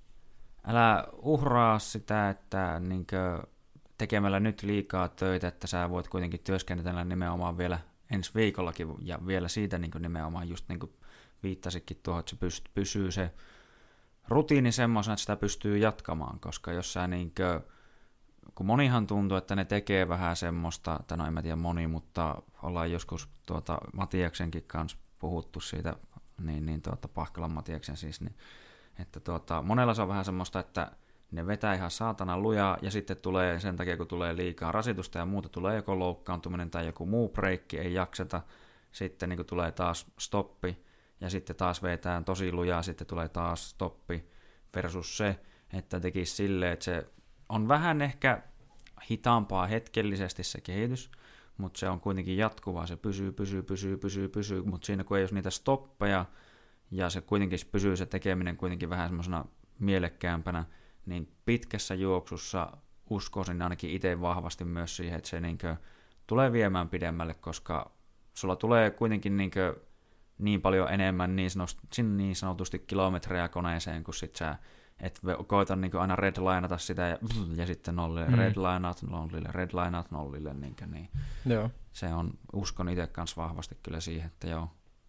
älä uhraa sitä, että niinkö tekemällä nyt liikaa töitä, että sä voit kuitenkin työskennellä nimenomaan vielä ensi viikollakin, ja vielä siitä niin nimenomaan just niin kuin viittasikin tuohon, että se pyst- pysyy se rutiini semmoisena, että sitä pystyy jatkamaan, koska jos sä niin kuin, kun monihan tuntuu, että ne tekee vähän semmoista, että no en mä tiedä moni, mutta ollaan joskus tuota Matiaksenkin kanssa puhuttu siitä, niin, niin tuota Pahkalan Matiaksen siis, niin, että tuota, monella se on vähän semmoista, että ne vetää ihan saatana lujaa, ja sitten tulee sen takia, kun tulee liikaa rasitusta ja muuta, tulee joko loukkaantuminen tai joku muu breikki, ei jakseta, sitten niin tulee taas stoppi, ja sitten taas vetään tosi lujaa, sitten tulee taas stoppi, versus se, että tekisi silleen, että se on vähän ehkä hitaampaa hetkellisesti se kehitys, mutta se on kuitenkin jatkuvaa, se pysyy, pysyy, pysyy, pysyy, pysyy, mutta siinä kun ei ole niitä stoppeja, ja se kuitenkin pysyy se tekeminen kuitenkin vähän semmoisena mielekkäämpänä, niin pitkässä juoksussa uskoisin ainakin itse vahvasti myös siihen, että se niinkö tulee viemään pidemmälle, koska sulla tulee kuitenkin niinkö niin paljon enemmän niin sanotusti, niin sanotusti kilometrejä koneeseen, kun sit sä et koeta niinkö aina redlineata sitä ja, ja sitten nollille mm. redlineat nollille, redlineat nollille. Niinkö, niin. Joo. Se on, uskon itse kanssa vahvasti kyllä siihen, että joo.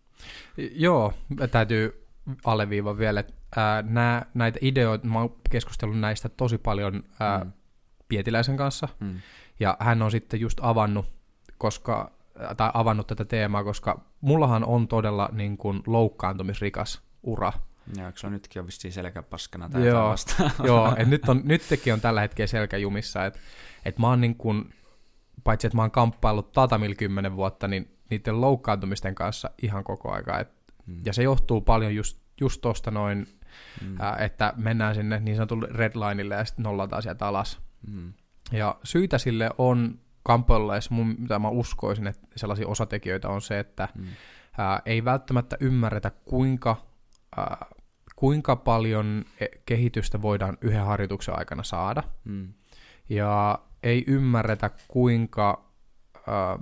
Joo, täytyy alleviiva vielä, että ää, nää, näitä ideoita, mä oon keskustellut näistä tosi paljon ää, mm. Pietiläisen kanssa, mm. ja hän on sitten just avannut, koska, tai avannut tätä teemaa, koska mullahan on todella niin kuin loukkaantumisrikas ura. Joo, eikö se nytkin on vissiin selkäpaskana tai joo, vastaan? Joo, että nyt, on, nyt tekin on tällä hetkellä selkäjumissa, että et mä oon niin kuin, paitsi että mä oon kamppaillut tatamilla kymmenen vuotta, niin niiden loukkaantumisten kanssa ihan koko aika, et, mm. ja se johtuu paljon just, just tosta noin, mm. ää, että mennään sinne niin sanotulle redlineille ja sitten nollataan sieltä alas. Mm. Ja syitä sille on kamppailuissa, mitä mä uskoisin, että sellaisia osatekijöitä on se, että mm. ää, ei välttämättä ymmärretä, kuinka, ää, kuinka paljon kehitystä voidaan yhden harjoituksen aikana saada. Mm. Ja ei ymmärretä, kuinka, ää,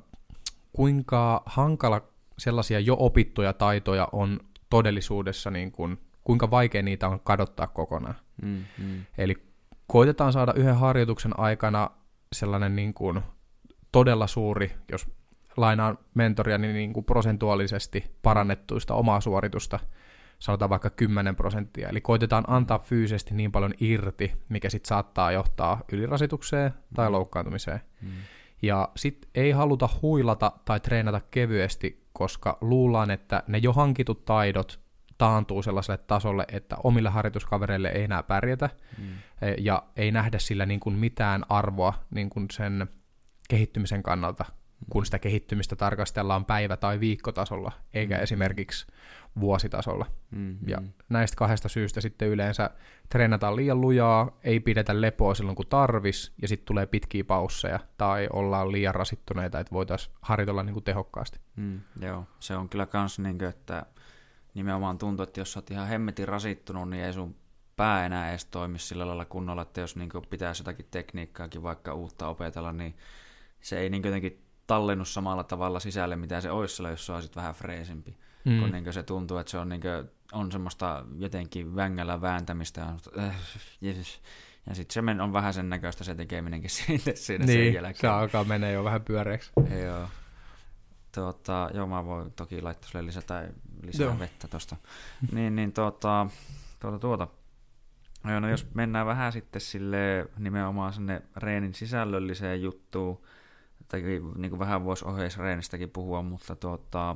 kuinka hankala sellaisia jo opittuja taitoja on todellisuudessa, niin kuin, kuinka vaikea niitä on kadottaa kokonaan. Mm, mm. Eli koitetaan saada yhden harjoituksen aikana sellainen niin kuin todella suuri, jos lainaan mentoria, niin, niin kuin prosentuaalisesti parannettuista omaa suoritusta, sanotaan vaikka kymmenen prosenttia. Eli koitetaan antaa fyysisesti niin paljon irti, mikä sitten saattaa johtaa ylirasitukseen tai loukkaantumiseen. Mm. Ja sitten ei haluta huilata tai treenata kevyesti, koska luullaan, että ne jo hankitut taidot taantuu sellaiselle tasolle, että omille harjoituskavereille ei enää pärjätä, mm. ja ei nähdä sillä niin kuin mitään arvoa niin kuin sen kehittymisen kannalta, mm. kun sitä kehittymistä tarkastellaan päivä- tai viikkotasolla, eikä mm. esimerkiksi vuositasolla. Mm. Ja näistä kahdesta syystä sitten yleensä treenataan liian lujaa, ei pidetä lepoa silloin kun tarvis, ja sitten tulee pitkiä pausseja, tai ollaan liian rasittuneita, että voitaisiin harjoitella niin kuin tehokkaasti. Mm, joo, se on kyllä kans niin kuin, että nimenomaan tuntuu, että jos sä oot ihan hemmetin rasittunut, niin ei sun pää enää edes toimi sillä lailla kunnolla, että jos niin kuin pitäisi jotakin tekniikkaakin vaikka uutta opetella, niin se ei niin jotenkin tallennut samalla tavalla sisälle, mitä se olisi sillä, jos se olisit vähän freesimpi. Mm. Kun niin se tuntuu, että se on, niin kuin, on semmoista jotenkin vängällä vääntämistä, ja, äh, yes. ja sitten se on vähän sen näköistä se tekeminenkin siinä, siinä niin, sen jälkeen. se alkaa menee jo vähän pyöreäksi. Joo. Tuota, joo, mä voin toki laittaa sulle lisää, tai lisää joo. vettä tosta. niin, niin tuota, tuota, tuota. No, no jos mennään vähän sitten sille nimenomaan sinne reenin sisällölliseen juttuun, tai niin kuin vähän voisi oheisreenistäkin puhua, mutta tuota,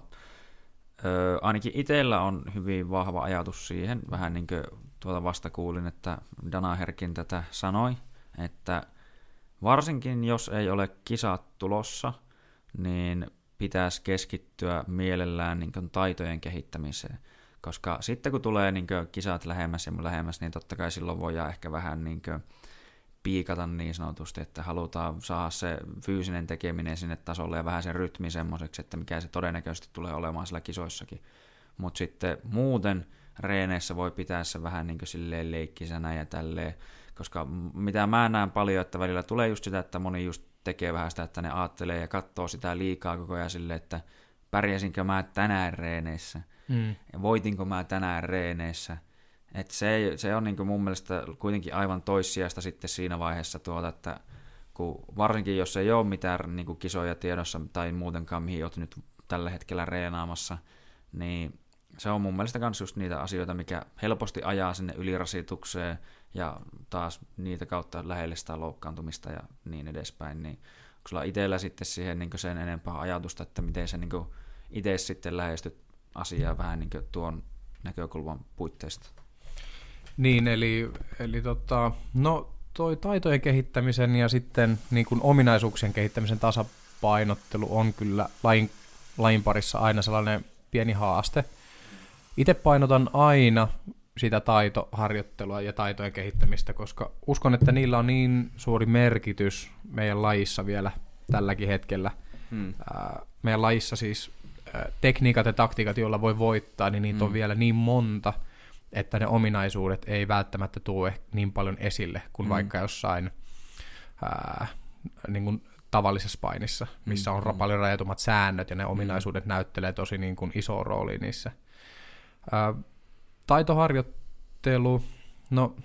ö, ainakin itsellä on hyvin vahva ajatus siihen, vähän niin kuin tuota vasta kuulin, että Danaherkin tätä sanoi, että varsinkin jos ei ole kisat tulossa, niin pitäisi keskittyä mielellään niin kuin taitojen kehittämiseen. Koska sitten kun tulee niin kuin kisat lähemmäs ja lähemmäs, niin totta kai silloin voidaan ehkä vähän niin kuin piikata niin sanotusti, että halutaan saada se fyysinen tekeminen sinne tasolle ja vähän sen rytmi semmoiseksi, että mikä se todennäköisesti tulee olemaan sillä kisoissakin. Mutta sitten muuten reeneissä voi pitää se vähän niin kuin silleen leikkisänä ja tälleen, koska mitä mä näen paljon, että välillä tulee just sitä, että moni just tekee vähän sitä, että ne aattelee ja katsoo sitä liikaa koko ajan silleen, että pärjäsinkö mä tänään reeneissä, mm. ja voitinko mä tänään reeneissä. Et se, se on niinku mun mielestä kuitenkin aivan toissijasta sitten siinä vaiheessa, tuota, että kun, varsinkin jos ei ole mitään niinku kisoja tiedossa tai muutenkaan mihin olet nyt tällä hetkellä reenaamassa, niin se on mun mielestä myös just niitä asioita, mikä helposti ajaa sinne ylirasitukseen ja taas niitä kautta lähelle sitä loukkaantumista ja niin edespäin. Niin onko sulla itsellä sitten siihen niin sen enempää ajatusta, että miten sä niin itse sitten lähestyt asiaa vähän niin tuon näkökulman puitteista? Niin, eli, eli tota, no toi taitojen kehittämisen ja sitten niin kuin ominaisuuksien kehittämisen tasapainottelu on kyllä lajin, lajin parissa aina sellainen pieni haaste. Itse painotan aina sitä taitoharjoittelua ja taitojen kehittämistä, koska uskon, että niillä on niin suuri merkitys meidän lajissa vielä tälläkin hetkellä. Hmm. Meidän lajissa siis tekniikat ja taktiikat, joilla voi voittaa, niin niitä hmm. on vielä niin monta, että ne ominaisuudet ei välttämättä tule niin paljon esille kuin hmm. vaikka jossain ää, niin kuin tavallisessa painissa, missä on hmm. paljon rajatummat säännöt ja ne ominaisuudet hmm. näyttelee tosi niin kuin isoa roolia niissä. Ää, taitoharjoittelu, no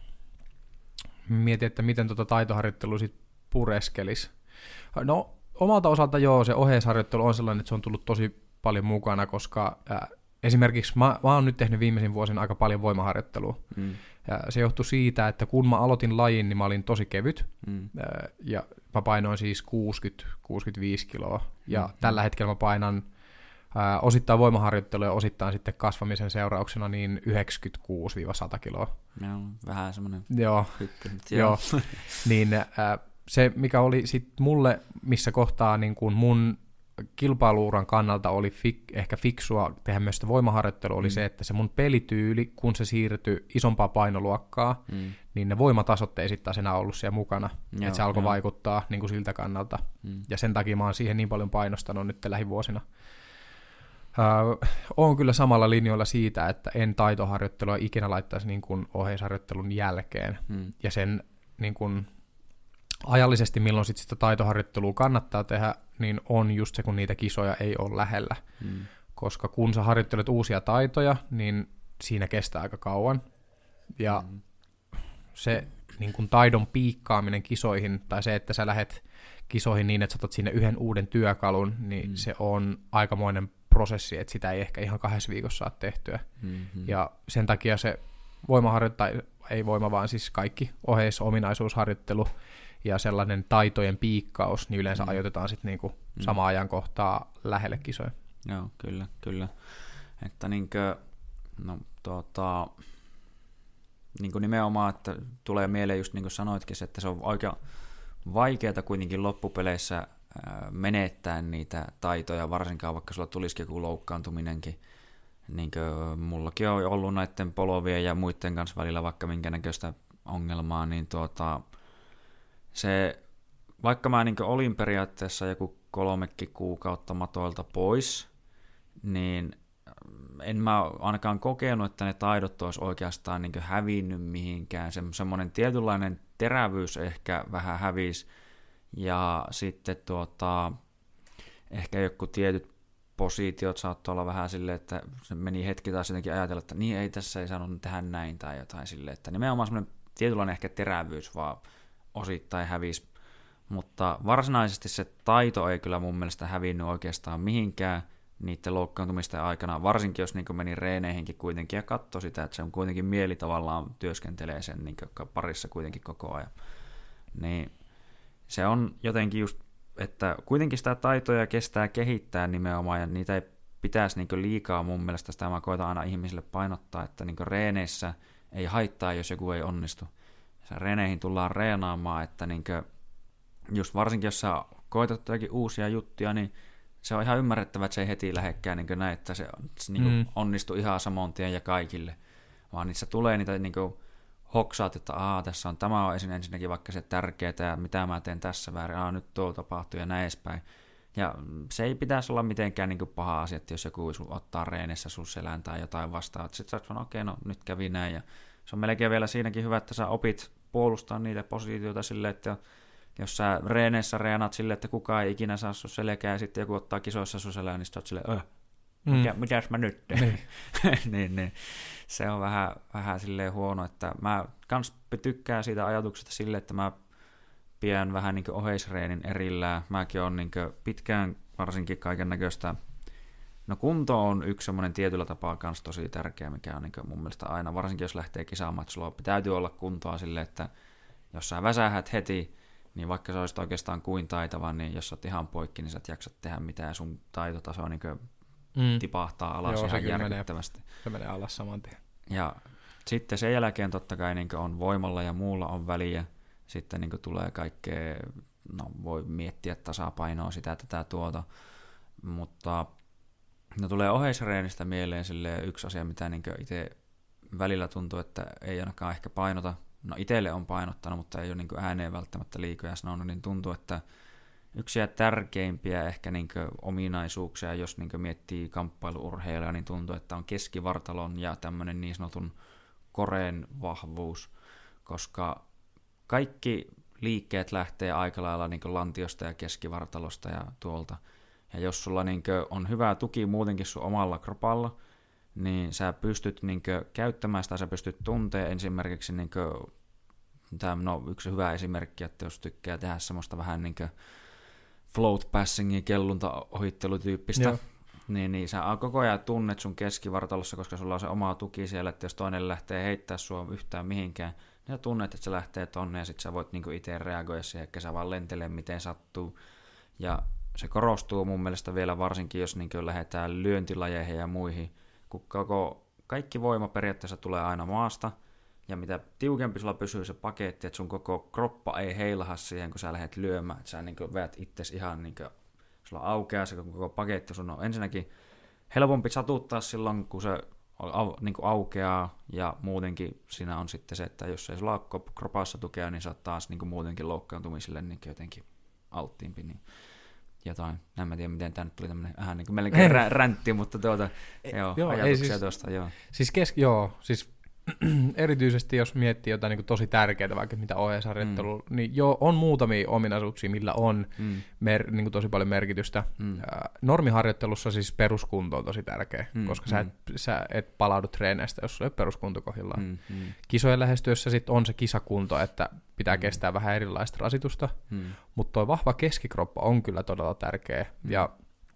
mietin, että miten tuota taitoharjoittelu sit pureskelisi. No omalta osalta joo, se oheisharjoittelu on sellainen, että se on tullut tosi paljon mukana, koska ää, esimerkiksi mä, mä oon nyt tehnyt viimeisin vuosina aika paljon voimaharjoittelua. Mm. Ja se johtui siitä, että kun mä aloitin lajin, niin mä olin tosi kevyt, mm. ää, ja mä painoin siis kuusikymmentä kuusikymmentäviisi kiloa, ja mm. tällä hetkellä mä painan ää, osittain voimaharjoittelua ja osittain sitten kasvamisen seurauksena niin yhdeksänkymmentäkuusi sata kiloa. Joo, vähän semmoinen joo, hyppy. Joo, niin ää, se mikä oli sitten mulle, missä kohtaa niin kun mun kilpailuuran kannalta oli fik, ehkä fiksua tehdä myös sitä voimaharjoittelua, oli mm. se, että se mun pelityyli, kun se siirtyi isompaa painoluokkaa, mm. niin ne voimatasot ei sitten taas enää ollut siellä mukana. Joo, että se alkoi jo. vaikuttaa niin kuin siltä kannalta. Mm. Ja sen takia mä oon siihen niin paljon painostanut nyt lähivuosina. Öö, oon kyllä samalla linjoilla siitä, että en taitoharjoittelua ikinä laittaisi niin kuin oheisharjoittelun jälkeen. Mm. Ja sen niin kuin ajallisesti, milloin sit sitä taitoharjoittelua kannattaa tehdä, niin on just se, kun niitä kisoja ei ole lähellä. Mm. Koska kun sä harjoittelet uusia taitoja, niin siinä kestää aika kauan. Ja mm. se niin kun taidon piikkaaminen kisoihin, tai se, että sä lähet kisoihin niin, että sä otat sinne yhden uuden työkalun, niin mm. se on aikamoinen prosessi, että sitä ei ehkä ihan kahdessa viikossa saa tehtyä. Mm-hmm. Ja sen takia se voimaharjoittelu, ei voima, vaan siis kaikki oheisominaisuusharjoittelu, ja sellainen taitojen piikkaus, niin yleensä mm. ajoitetaan sitten niinku mm. samaan ajankohtaa lähelle kisoja. Joo, kyllä, kyllä. Että niinkö, no tota, niinku nimenomaan, että tulee mieleen just niin kuin sanoitkin, että se on oikein vaikeaa kuitenkin loppupeleissä menettää niitä taitoja, varsinkaan vaikka sulla tulisikin joku loukkaantuminenkin. Niinkö mullakin on ollut näiden polovien ja muiden kanssa välillä vaikka minkä näköistä ongelmaa, niin tuota, se, vaikka mä niin olin periaatteessa joku kolmekin kuukautta matoilta pois, niin en mä ainakaan kokenut, että ne taidot olisi oikeastaan niin hävinnyt mihinkään. Se, semmoinen tietynlainen terävyys ehkä vähän hävisi, ja sitten tuota, ehkä joku tietyt positiot saattoi olla vähän silleen, että se meni hetki taas jotenkin ajatella, että niin ei tässä ei saanut tehdä näin tai jotain silleen, että nimenomaan semmoinen tietynlainen ehkä terävyys vaan osittain hävisi, mutta varsinaisesti se taito ei kyllä mun mielestä hävinnyt oikeastaan mihinkään niiden loukkaantumisten aikana, varsinkin jos niin meni reeneihinkin kuitenkin ja katsoi sitä, että se on kuitenkin mieli tavallaan työskentelee sen niin parissa kuitenkin koko ajan. Niin se on jotenkin just, että kuitenkin sitä taitoja kestää kehittää nimenomaan, ja niitä ei pitäisi niin liikaa mun mielestä, sitä mä koitan aina ihmisille painottaa, että niin reeneissä ei haittaa, jos joku ei onnistu. Reeneihin tullaan reenaamaan, että niinkö just varsinkin, jos sä koetat jotakin uusia juttuja, niin se on ihan ymmärrettävää, että se ei heti lähekkään niin näin, että se, se niin mm. onnistuu ihan saman tien ja kaikille, vaan niissä tulee niitä niin hoksaat, että Aa, tässä on, tämä on ensinnäkin vaikka se tärkeää, ja mitä mä teen tässä väärin, Aa, nyt tuo tapahtuu ja näin edespäin. Ja se ei pitäisi olla mitenkään niin paha asia, että jos joku ottaa reenissä sun selän tai jotain vastaan, sitten sä oot vaan, okei, okay, no nyt kävi näin, ja se on melkein vielä siinäkin hyvä, että sä opit puolustaa niitä positioita silleen, että jos sä reeneissä reenat silleen, että kukaan ei ikinä saa sun selkää, ja sitten joku ottaa kisoissa sun selää, niin sä oot silleen, öh, mikä, mm. mitäs mä nyt teen? Niin. niin, niin. Se on vähän, vähän silleen huono, että mä kans tykkään siitä ajatuksesta silleen, että mä pidän vähän niin oheisreenin erillään. Mäkin on niin pitkään varsinkin kaiken näköistä. No kunto on yksi semmoinen tietyllä tapaa kans tosi tärkeä, mikä on niin mun mielestä aina, varsinkin jos lähtee kisaamaan, että sulla täytyy olla kuntoa silleen, että jos sä väsähät heti, niin vaikka sä olisit oikeastaan kuin taitava, niin jos sä oot ihan poikki, niin sä et jaksa tehdä mitään, sun taitotaso niin mm. tipahtaa alas Joo, ihan järkyttävästi. Menee, se menee alas saman tien. Ja sitten sen jälkeen totta kai niin on voimalla ja muulla on väliä. Sitten niin tulee kaikkea, no voi miettiä tasapainoa sitä tätä tuota, mutta no tulee oheisreenistä mieleen yksi asia, mitä niin itse välillä tuntuu, että ei ainakaan ehkä painota. No itselle on painottanut, mutta ei ole niin ääneen välttämättä liikoja sanonut, niin tuntuu, että yksi ja tärkeimpiä ehkä niin ominaisuuksia, jos niin miettii kamppailuurheilua, niin tuntuu, että on keskivartalon ja tämmöinen niin sanotun koreen vahvuus, koska kaikki liikkeet lähtee aika lailla niin lantiosta ja keskivartalosta ja tuolta. Ja jos sulla niin on hyvä tuki muutenkin sun omalla kropalla, niin sä pystyt niin käyttämään sitä, sä pystyt tuntemaan esimerkiksi, niin kuin, tämä no, yksi hyvä esimerkki, että jos tykkää tehdä semmoista vähän niin float passingin kelluntaohittelutyyppistä, niin, niin sä koko ajan tunnet sun keskivartalossa, koska sulla on se oma tuki siellä, että jos toinen lähtee heittää sua yhtään mihinkään, niin sä tunnet, että se lähtee tonne ja sit sä voit niinku itse reagoida siihen, että sä vaan lentelee miten sattuu. Ja se korostuu mun mielestä vielä varsinkin, jos niinku lähdetään lyöntilajeihin ja muihin, kun koko, kaikki voima periaatteessa tulee aina maasta, ja mitä tiukempi sulla pysyy se paketti, että sun koko kroppa ei heilaha siihen, kun sä lähdet lyömään, että sä niinku veät itsesi ihan niinku, sulla aukeaa se koko paketti, sun on ensinnäkin helpompi satuttaa silloin, kun se au, niinku aukeaa, ja muutenkin siinä on sitten se, että jos ei sulla ole kropassa tukea, niin sä oot taas niinku muutenkin loukkaantumisille niin jotenkin alttiimpi, niin jotain. En mä tiedä, miten tämä nyt tuli tämmöinen vähän niin kuin melkein rä- räntti, mutta tuota, joo, joo, ajatuksia siis, tuosta, joo. Siis, kes- joo, siis erityisesti jos miettii jotain niin kuin tosi tärkeää, vaikka mitä oheisharjoittelu, mm. niin joo, on muutamia ominaisuuksia, millä on mm. mer- niin kuin tosi paljon merkitystä. Mm. Normiharjoittelussa siis peruskunto on tosi tärkeä, mm. koska mm. Sä, et, sä et palaudu treeneistä, jos sulla ei ole peruskunto kohdillaan. Mm. Mm. Kisojen lähestyessä sit on se kisakunto, että pitää mm. kestää vähän erilaista rasitusta, mm. mutta tuo vahva keskikroppa on kyllä todella tärkeä. Mm. Ja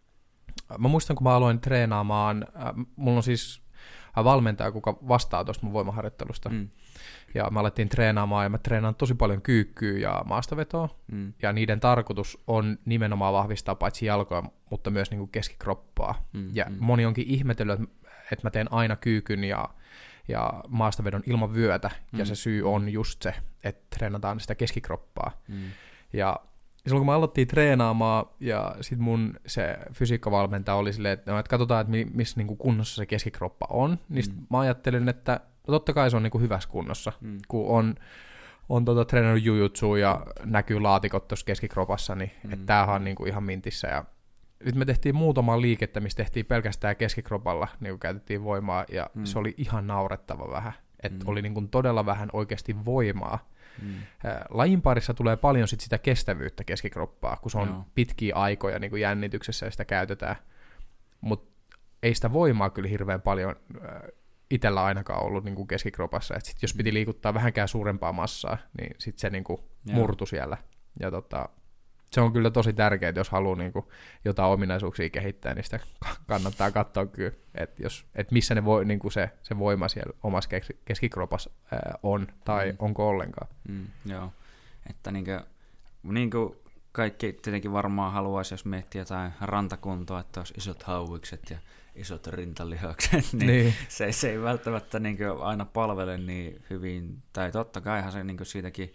mä muistan, kun mä aloin treenaamaan, äh, mulla on siis valmentaja, kuka vastaa tuosta mun voimaharjoittelusta. Mm. Ja me alettiin treenaamaan, ja mä treenaan tosi paljon kyykkyä ja maastavetoa. Mm. Ja niiden tarkoitus on nimenomaan vahvistaa paitsi jalkoja, mutta myös niinku keskikroppaa. Mm. Ja mm. moni onkin ihmetellyt, että mä teen aina kyykyn ja, ja maastavedon ilman vyötä. Mm. Ja se syy on just se, että treenataan sitä keskikroppaa. Mm. Ja silloin kun mä aloittiin treenaamaan, ja sit mun se fysiikkavalmentaja oli silleen, että, no, että katsotaan, että missä niinku kunnossa se keskikroppa on, niin mm. mä ajattelin, että no, totta kai se on niinku hyvässä kunnossa, mm. kun on, on tota, treenannut jujutsua ja näkyy laatikot tuossa keskikropassa, niin mm. että tämähän on niinku ihan mintissä. Ja sitten me tehtiin muutamaa liikettä, missä tehtiin pelkästään keskikropalla, niin kun käytettiin voimaa, ja mm. se oli ihan naurettava vähän, että mm. oli niinku todella vähän oikeasti voimaa. Mm. Lajin parissa tulee paljon sit sitä kestävyyttä keskikroppaa, kun se on Joo. pitkiä aikoja niin kuin jännityksessä ja sitä käytetään, mutta ei sitä voimaa kyllä hirveän paljon itsellä ainakaan ollut niin kuin keskikropassa, että sit jos piti liikuttaa vähänkään suurempaa massaa, niin sitten se niin kuin murtui siellä. Ja tota, se on kyllä tosi tärkeää, jos haluaa niin kuin jotain ominaisuuksia kehittää, niin sitä kannattaa katsoa kyllä, että et missä ne voi, niin kuin se, se voima siellä omassa keskikropassa ää, on, tai mm. onko ollenkaan. Mm, joo, että niin kuin, niin kuin kaikki tietenkin varmaan haluaisi, jos miettii jotain rantakuntoa, että olisi isot hauikset ja isot rintalihakset, niin, niin. Se, se ei välttämättä niin kuin aina palvele niin hyvin, tai totta kaihan se niin kuin siitäkin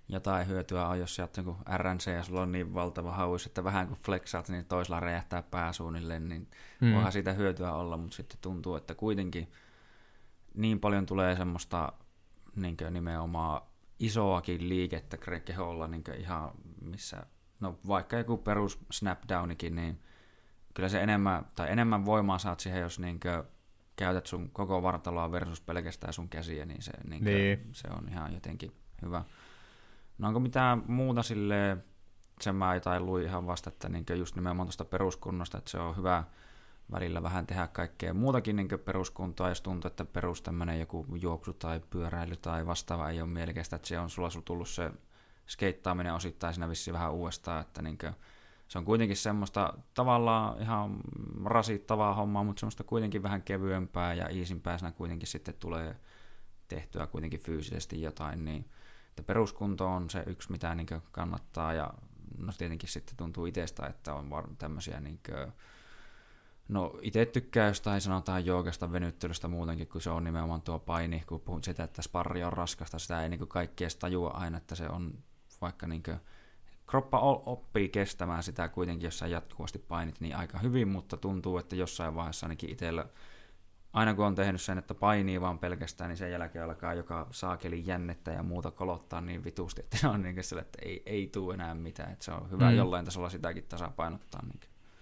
jotain hyötyä on, jos sä oot joku R N C ja sulla on niin valtava hauis, että vähän kun flexaat, niin toisella räjähtää pää suunnilleen, niin mm. voihan siitä hyötyä olla, mutta sitten tuntuu, että kuitenkin niin paljon tulee semmoista niin nimenomaan isoakin liikettä keholla niin ihan missä, no vaikka joku perus snapdownikin, niin kyllä se enemmän, tai enemmän voimaa saat siihen, jos niin käytät sun koko vartaloa versus pelkästään sun käsiä, niin se, niin niin. se on ihan jotenkin hyvä. No onko mitään muuta silleen, sen mä jotain luin ihan vasta, että niin just nimenomaan tuosta peruskunnosta, että se on hyvä välillä vähän tehdä kaikkea muutakin niin peruskuntoa, jos tuntuu, että perus tämmöinen joku juoksu tai pyöräily tai vastaava ei ole mielekästä, että se on sulla tullut se skeittaaminen osittain siinä vissiin vähän uudestaan, että niin se on kuitenkin semmoista tavallaan ihan rasittavaa hommaa, mutta semmoista kuitenkin vähän kevyempää ja iisimpää siinä kuitenkin sitten tulee tehtyä kuitenkin fyysisesti jotain, niin että peruskunto on se yksi, mitä niin kannattaa, ja no tietenkin sitten tuntuu itsestä, että on tämmöisiä, niin kuin, no itse tykkää jostain sanotaan joogasta, venyttelystä muutenkin, kun se on nimenomaan tuo paini, kun puhun sitä, että sparri on raskasta, sitä ei niin kaikki edes tajua aina, että se on vaikka niin kuin, kroppa oppii kestämään sitä kuitenkin, jos sä jatkuvasti painit niin aika hyvin, mutta tuntuu, että jossain vaiheessa ainakin itsellä, aina kun on tehnyt sen, että painii vaan pelkästään, niin sen jälkeen alkaa joka saakeli jännettä ja muuta kolottaa niin vitusti, että se on niin sille, että ei, ei tule enää mitään, että se on hyvä mm. jollain tasolla sitäkin tasapainottaa. Niin.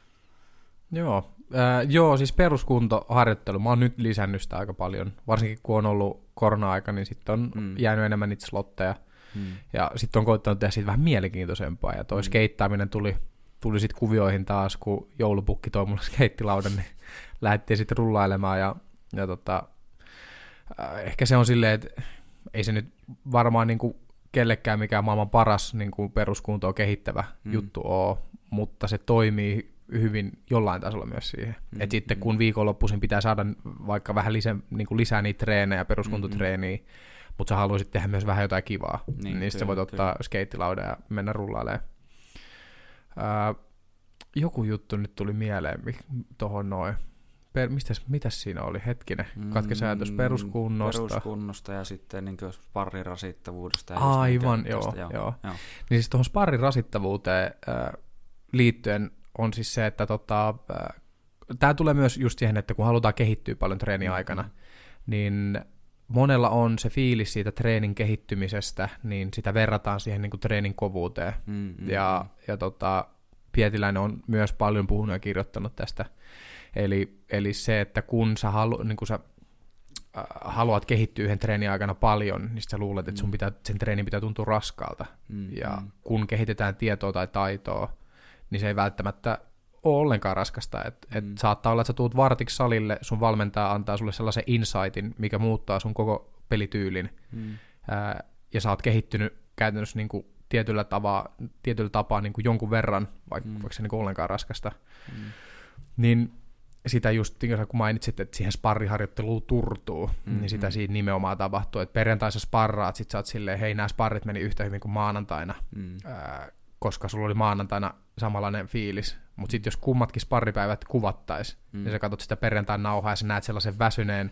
Joo, äh, joo, siis peruskuntoharjoittelu, mä oon nyt lisännyt sitä aika paljon, varsinkin kun on ollut korona-aika, niin sitten on mm. jäänyt enemmän niitä slotteja, mm. ja sitten on koittanut tehdä siitä vähän mielenkiintoisempaa, ja toi mm. skeittaaminen tuli, tuli sitten kuvioihin taas, kun joulupukki toi mulle skeittilaudan, niin lähdettiin sitten rullailemaan, ja, ja tota, äh, ehkä se on silleen, että ei se nyt varmaan niinku kellekään mikään maailman paras niinku peruskuntoa kehittävä mm. juttu ole, mutta se toimii hyvin jollain tasolla myös siihen. Mm, et sitten mm. kun viikonloppuisin pitää saada vaikka vähän lisä, niin kuin lisää niitä treenejä, peruskuntotreeniä, mm, mutta sä haluaisit tehdä myös vähän jotain kivaa, niin, niin sitten voit ottaa kyllä skeittilaudan ja mennä rullailemaan. Ää, joku juttu nyt tuli mieleen tuohon noin. Per, mistäs, mitäs siinä oli? Hetkinen. Katkes ajatus peruskunnosta. Peruskunnosta ja sitten niin sparrin rasittavuudesta. Ja aivan, joo, joo, joo. joo. Niin siis tuohon sparrin rasittavuuteen äh, liittyen on siis se, että tota, tämä tulee myös just siihen, että kun halutaan kehittyä paljon treenin aikana, mm-hmm. niin monella on se fiilis siitä treenin kehittymisestä, niin sitä verrataan siihen niin kuin treenin kovuuteen. Mm-hmm. Ja, ja tota, Pietiläinen on myös paljon puhunut ja kirjoittanut tästä. Eli, eli se, että kun sä, halu, niin kun sä äh, haluat kehittyä yhden treenin aikana paljon, niin sä luulet, että sun pitää, sen treenin pitää tuntua raskaalta. Mm-hmm. Ja kun kehitetään tietoa tai taitoa, niin se ei välttämättä ole ollenkaan raskasta. Et, mm. et saattaa olla, että sä tuut vartiksi salille, sun valmentaja antaa sulle sellaisen insightin, mikä muuttaa sun koko pelityylin, mm. ää, ja sä oot kehittynyt käytännössä niin kuin tietyllä, tavaa, tietyllä tapaa niin kuin jonkun verran, vaikka, mm. vaikka se niin kuin ollenkaan raskasta. Mm. Niin sitä just, kun mainitsit, että siihen sparriharjoitteluun turtuu, mm-hmm. niin sitä siinä nimenomaan tapahtuu, että perjantaisa sparraat, sit sä oot silleen, hei, nämä sparrit meni yhtä hyvin kuin maanantaina, mm. ää, koska sulla oli maanantaina samanlainen fiilis, mutta sitten jos kummatkin sparripäivät kuvattaisi, mm. niin sä katsot sitä perjantain nauhaa ja sä näet sellaisen väsyneen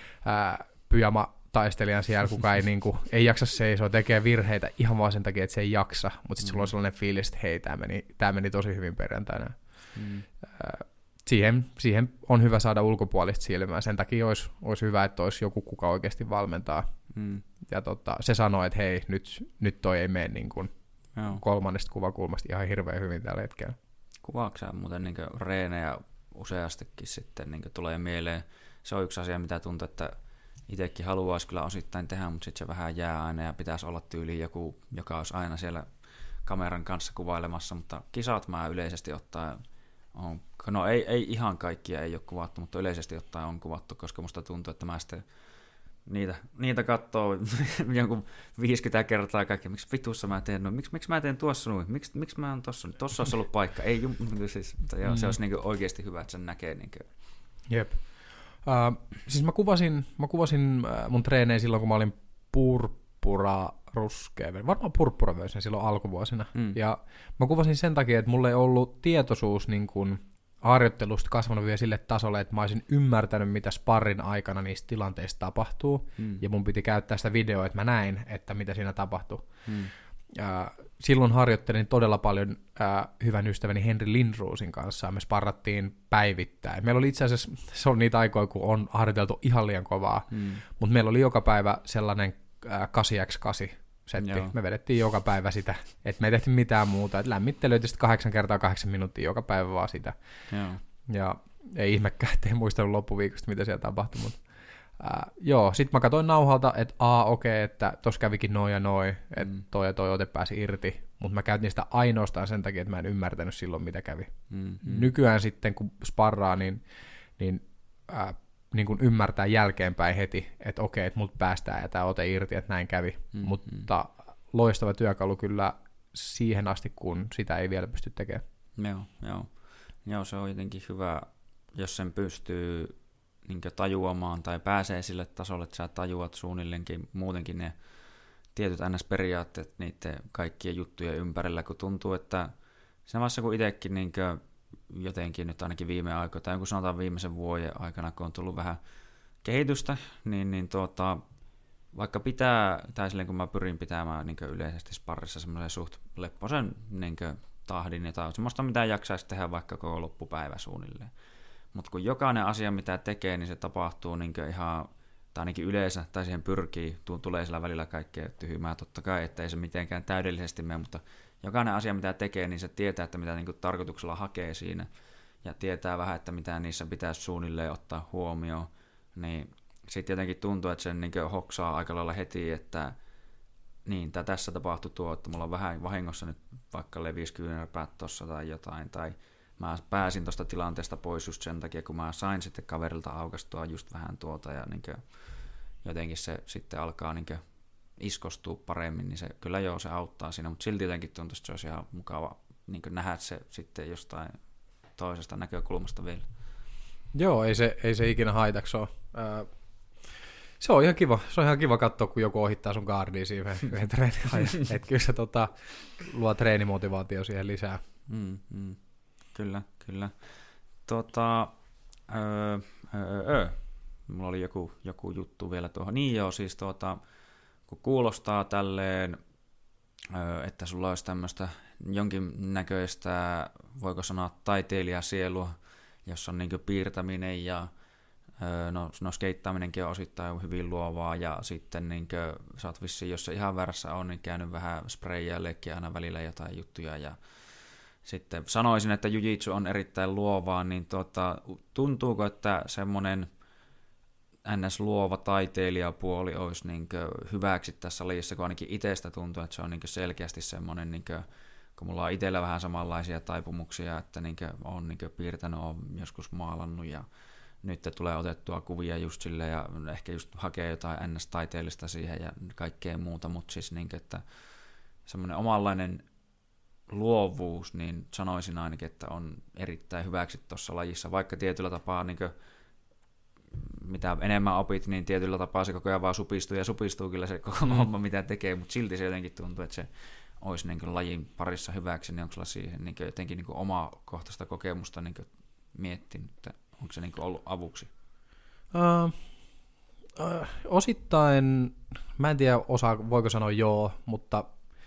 ää, pyjama-taistelijan siellä, kuka ei, niinku, ei jaksa seisoa, tekee virheitä ihan vaan sen takia, että se ei jaksa, mutta sitten mm. sulla on sellainen fiilis, että hei, tämä meni, tää meni tosi hyvin perjantaina. Mm. Ää, siihen, siihen on hyvä saada ulkopuolista silmää, sen takia olisi, olisi hyvä, että olisi joku, kuka oikeasti valmentaa. Mm. Ja tota, se sanoo, että hei, nyt, nyt toi ei mene niin kuin Joo. kolmannesta kuvakulmasta ihan hirveän hyvin tällä hetkellä. Kuvaatko sä muuten niin reenejä useastikin sitten niin tulee mieleen? Se on yksi asia, mitä tuntuu, että itsekin haluaisi kyllä osittain tehdä, mutta sitten se vähän jää aina ja pitäisi olla tyyliin joku, joka olisi aina siellä kameran kanssa kuvailemassa, mutta kisat mä yleisesti ottaen on, no ei, ei ihan kaikkia ei ole kuvattu, mutta yleisesti ottaen on kuvattu, koska musta tuntuu, että mä sitten Niitä, niitä katsoo jonkun viisikymmentä kertaa kaikki, miksi vitussa mä teen noin, miksi, miksi mä teen tuossa noin, miksi, miksi mä oon tossa, tossa olisi ollut paikka, ei jum, siis, mm. se olisi niin oikeasti hyvä, että sen näkee. Niin Jep. Uh, siis mä kuvasin, mä kuvasin mun treenejä silloin, kun mä olin purppura ruskea, varmaan purppuravyössä silloin alkuvuosina, mm. ja mä kuvasin sen takia, että mulla ei ollut tietoisuus niin kuin harjoittelusta kasvanut vielä sille tasolle, että mä olisin ymmärtänyt, mitä sparrin aikana niistä tilanteista tapahtuu, mm. ja mun piti käyttää sitä videoa, että mä näin, että mitä siinä tapahtuu. Mm. Ää, silloin harjoittelin todella paljon ää, hyvän ystäväni Henri Lindroosin kanssa, me sparrattiin päivittäin. Meillä oli itse asiassa, se on niitä aikoja, kun on harjoiteltu ihan liian kovaa, mm. mutta meillä oli joka päivä sellainen ää, kahdeksan kertaa kahdeksan setti. Joo. Me vedettiin joka päivä sitä, että me ei tehty mitään muuta, että lämmittelyitä sitten kahdeksan kertaa kahdeksan minuuttia joka päivä vaan sitä. Joo. Ja ei ihmekään, ettei muistanut loppuviikosta, mitä siellä tapahtui, mutta Uh, joo, sit mä katsoin nauhalta, että aa okei, okay, että tossa kävikin noin ja noin, että mm. toi ja toi ote pääsi irti, mutta mä käytin sitä ainoastaan sen takia, että mä en ymmärtänyt silloin, mitä kävi. Mm, mm. Nykyään sitten, kun sparraa, niin, niin, äh, niin kun ymmärtää jälkeenpäin heti, että okei, okay, että multa päästään ja tää ote irti, että näin kävi, mm, mutta mm. loistava työkalu kyllä siihen asti, kun sitä ei vielä pysty tekemään. Joo, joo. joo se on jotenkin hyvä, jos sen pystyy niin tajuamaan tai pääsee sille tasolle, että sä tajuat suunnilleenkin muutenkin ne tietyt N S-periaatteet niiden kaikkien juttujen ympärillä, kun tuntuu, että siinä vaiheessa kun itsekin niin jotenkin nyt ainakin viime aikoina, tai kun sanotaan viimeisen vuoden aikana, kun on tullut vähän kehitystä, niin, niin tuota, vaikka pitää, tai silleen kun mä pyrin pitämään niin yleisesti sparrissa semmoisen suht lepposen niin tahdin, jotain semmoista mitä jaksaisi tehdä vaikka koko loppupäivä suunnilleen. Mutta kun jokainen asia, mitä tekee, niin se tapahtuu niin ihan, tai ainakin yleensä, tai siihen pyrkii, tulee sillä välillä kaikkea tyhmää totta kai, että ei se mitenkään täydellisesti mene, mutta jokainen asia, mitä tekee, niin se tietää, että mitä niin tarkoituksella hakee siinä, ja tietää vähän, että mitä niissä pitäisi suunnilleen ottaa huomioon, niin sitten jotenkin tuntuu, että sen niin hoksaa aika lailla heti, että niin, tässä tapahtui tuo, että mulla on vähän vahingossa nyt vaikka levisi kyynärpäät tossa tai jotain, tai mä pääsin tuosta tilanteesta pois just sen takia, kun mä sain sitten kaverilta aukastua just vähän tuota, ja niin jotenkin se sitten alkaa niin iskostua paremmin, niin se kyllä joo, se auttaa siinä, mutta silti jotenkin tuntuu, että se olisi ihan mukava niin nähdä se sitten jostain toisesta näkökulmasta vielä. Joo, ei se, ei se ikinä haitaksi ole. Äh, se on ihan kiva, se on ihan kiva katsoa, kun joku ohittaa sun guardia siinä yhden treenin ajan. Että kyllä se tota, luo treenimotivaatio siihen lisää. Mm, mm. Kyllä, kyllä. Tota, öö, öö, öö. Mulla oli joku, joku juttu vielä tuohon. Niin joo, siis tuota, kun kuulostaa tälleen, öö, että sulla olisi tämmöistä jonkinnäköistä, voiko sanoa taiteilijasielua, jossa on niin piirtäminen ja öö, no, no skeittaaminenkin on osittain hyvin luovaa, ja sitten niin kuin, sä oot vissiin, jos se ihan väärässä on, niin käynyt vähän sprayjällekin aina välillä jotain juttuja, ja sitten sanoisin, että jujitsu on erittäin luovaa, niin tuota, tuntuuko, että semmoinen N S-luova taiteilijapuoli olisi niin hyväksi tässä lajissa, kun ainakin itsestä tuntuu, että se on niin selkeästi semmoinen, niin kuin, kun mulla on itsellä vähän samanlaisia taipumuksia, että niin olen niin piirtänyt, olen joskus maalannut ja nyt tulee otettua kuvia just sille ja ehkä just hakee jotain N S-taiteellista siihen ja kaikkea muuta, mutta siis niin kuin, että semmoinen omanlainen luovuus, niin sanoisin ainakin, että on erittäin hyväksi tuossa lajissa, vaikka tietyllä tapaa, niin kuin, mitä enemmän opit, niin tietyllä tapaa se koko ajan vaan supistuu ja supistuu kyllä se koko homma, mitä tekee, mutta silti se jotenkin tuntuu, että se olisi niin kuin lajin parissa hyväksi, niin onko sulla siihen niin kuin jotenkin niin kuin omakohtaista kokemusta niin kuin miettinyt, että onko se niin kuin ollut avuksi? Uh, uh, osittain, mä en tiedä osaa, voiko sanoa joo, mutta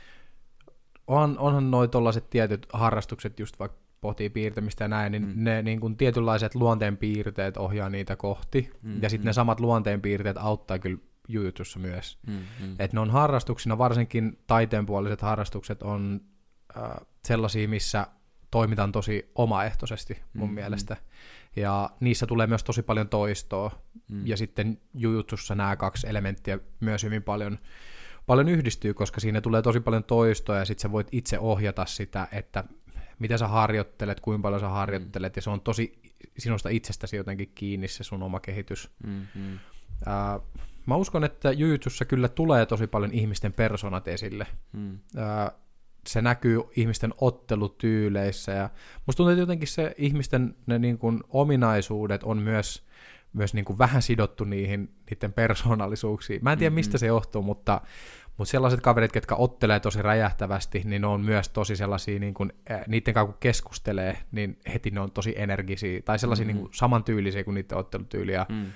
On, onhan noi tollaiset tietyt harrastukset, just vaikka pohtii piirtämistä ja näin, niin mm. ne niin kuin tietynlaiset luonteenpiirteet ohjaa niitä kohti, mm, ja sitten mm. ne samat luonteenpiirteet auttaa kyllä jujutsussa myös. Mm, mm. Että ne on harrastuksina, varsinkin taiteenpuoliset harrastukset on äh, sellaisia, missä toimitaan tosi omaehtoisesti mun mm, mielestä, mm. ja niissä tulee myös tosi paljon toistoa, mm. ja sitten jujutsussa nämä kaksi elementtiä myös hyvin paljon paljon yhdistyy, koska siinä tulee tosi paljon toistoa, ja sitten sä voit itse ohjata sitä, että mitä sä harjoittelet, kuinka paljon sä harjoittelet, mm. ja se on tosi sinusta itsestäsi jotenkin kiinni se sun oma kehitys. Mm-hmm. Äh, mä uskon, että jujutsussa kyllä tulee tosi paljon ihmisten persoonat esille. Mm. Äh, se näkyy ihmisten ottelutyyleissä, ja musta tuntuu, että jotenkin se ihmisten ne niin kuin ominaisuudet on myös myös niin kuin vähän sidottu niihin niiden persoonallisuuksiin. Mä en tiedä, mistä se johtuu, mutta, mutta sellaiset kaverit, ketkä ottelee tosi räjähtävästi, niin ne on myös tosi sellaisia, niin kuin, niiden kanssa kun keskustelee, niin heti ne on tosi energisiä, tai sellaisia mm-hmm. niin kuin samantyylisiä kuin niiden ottelutyyliä. Mm.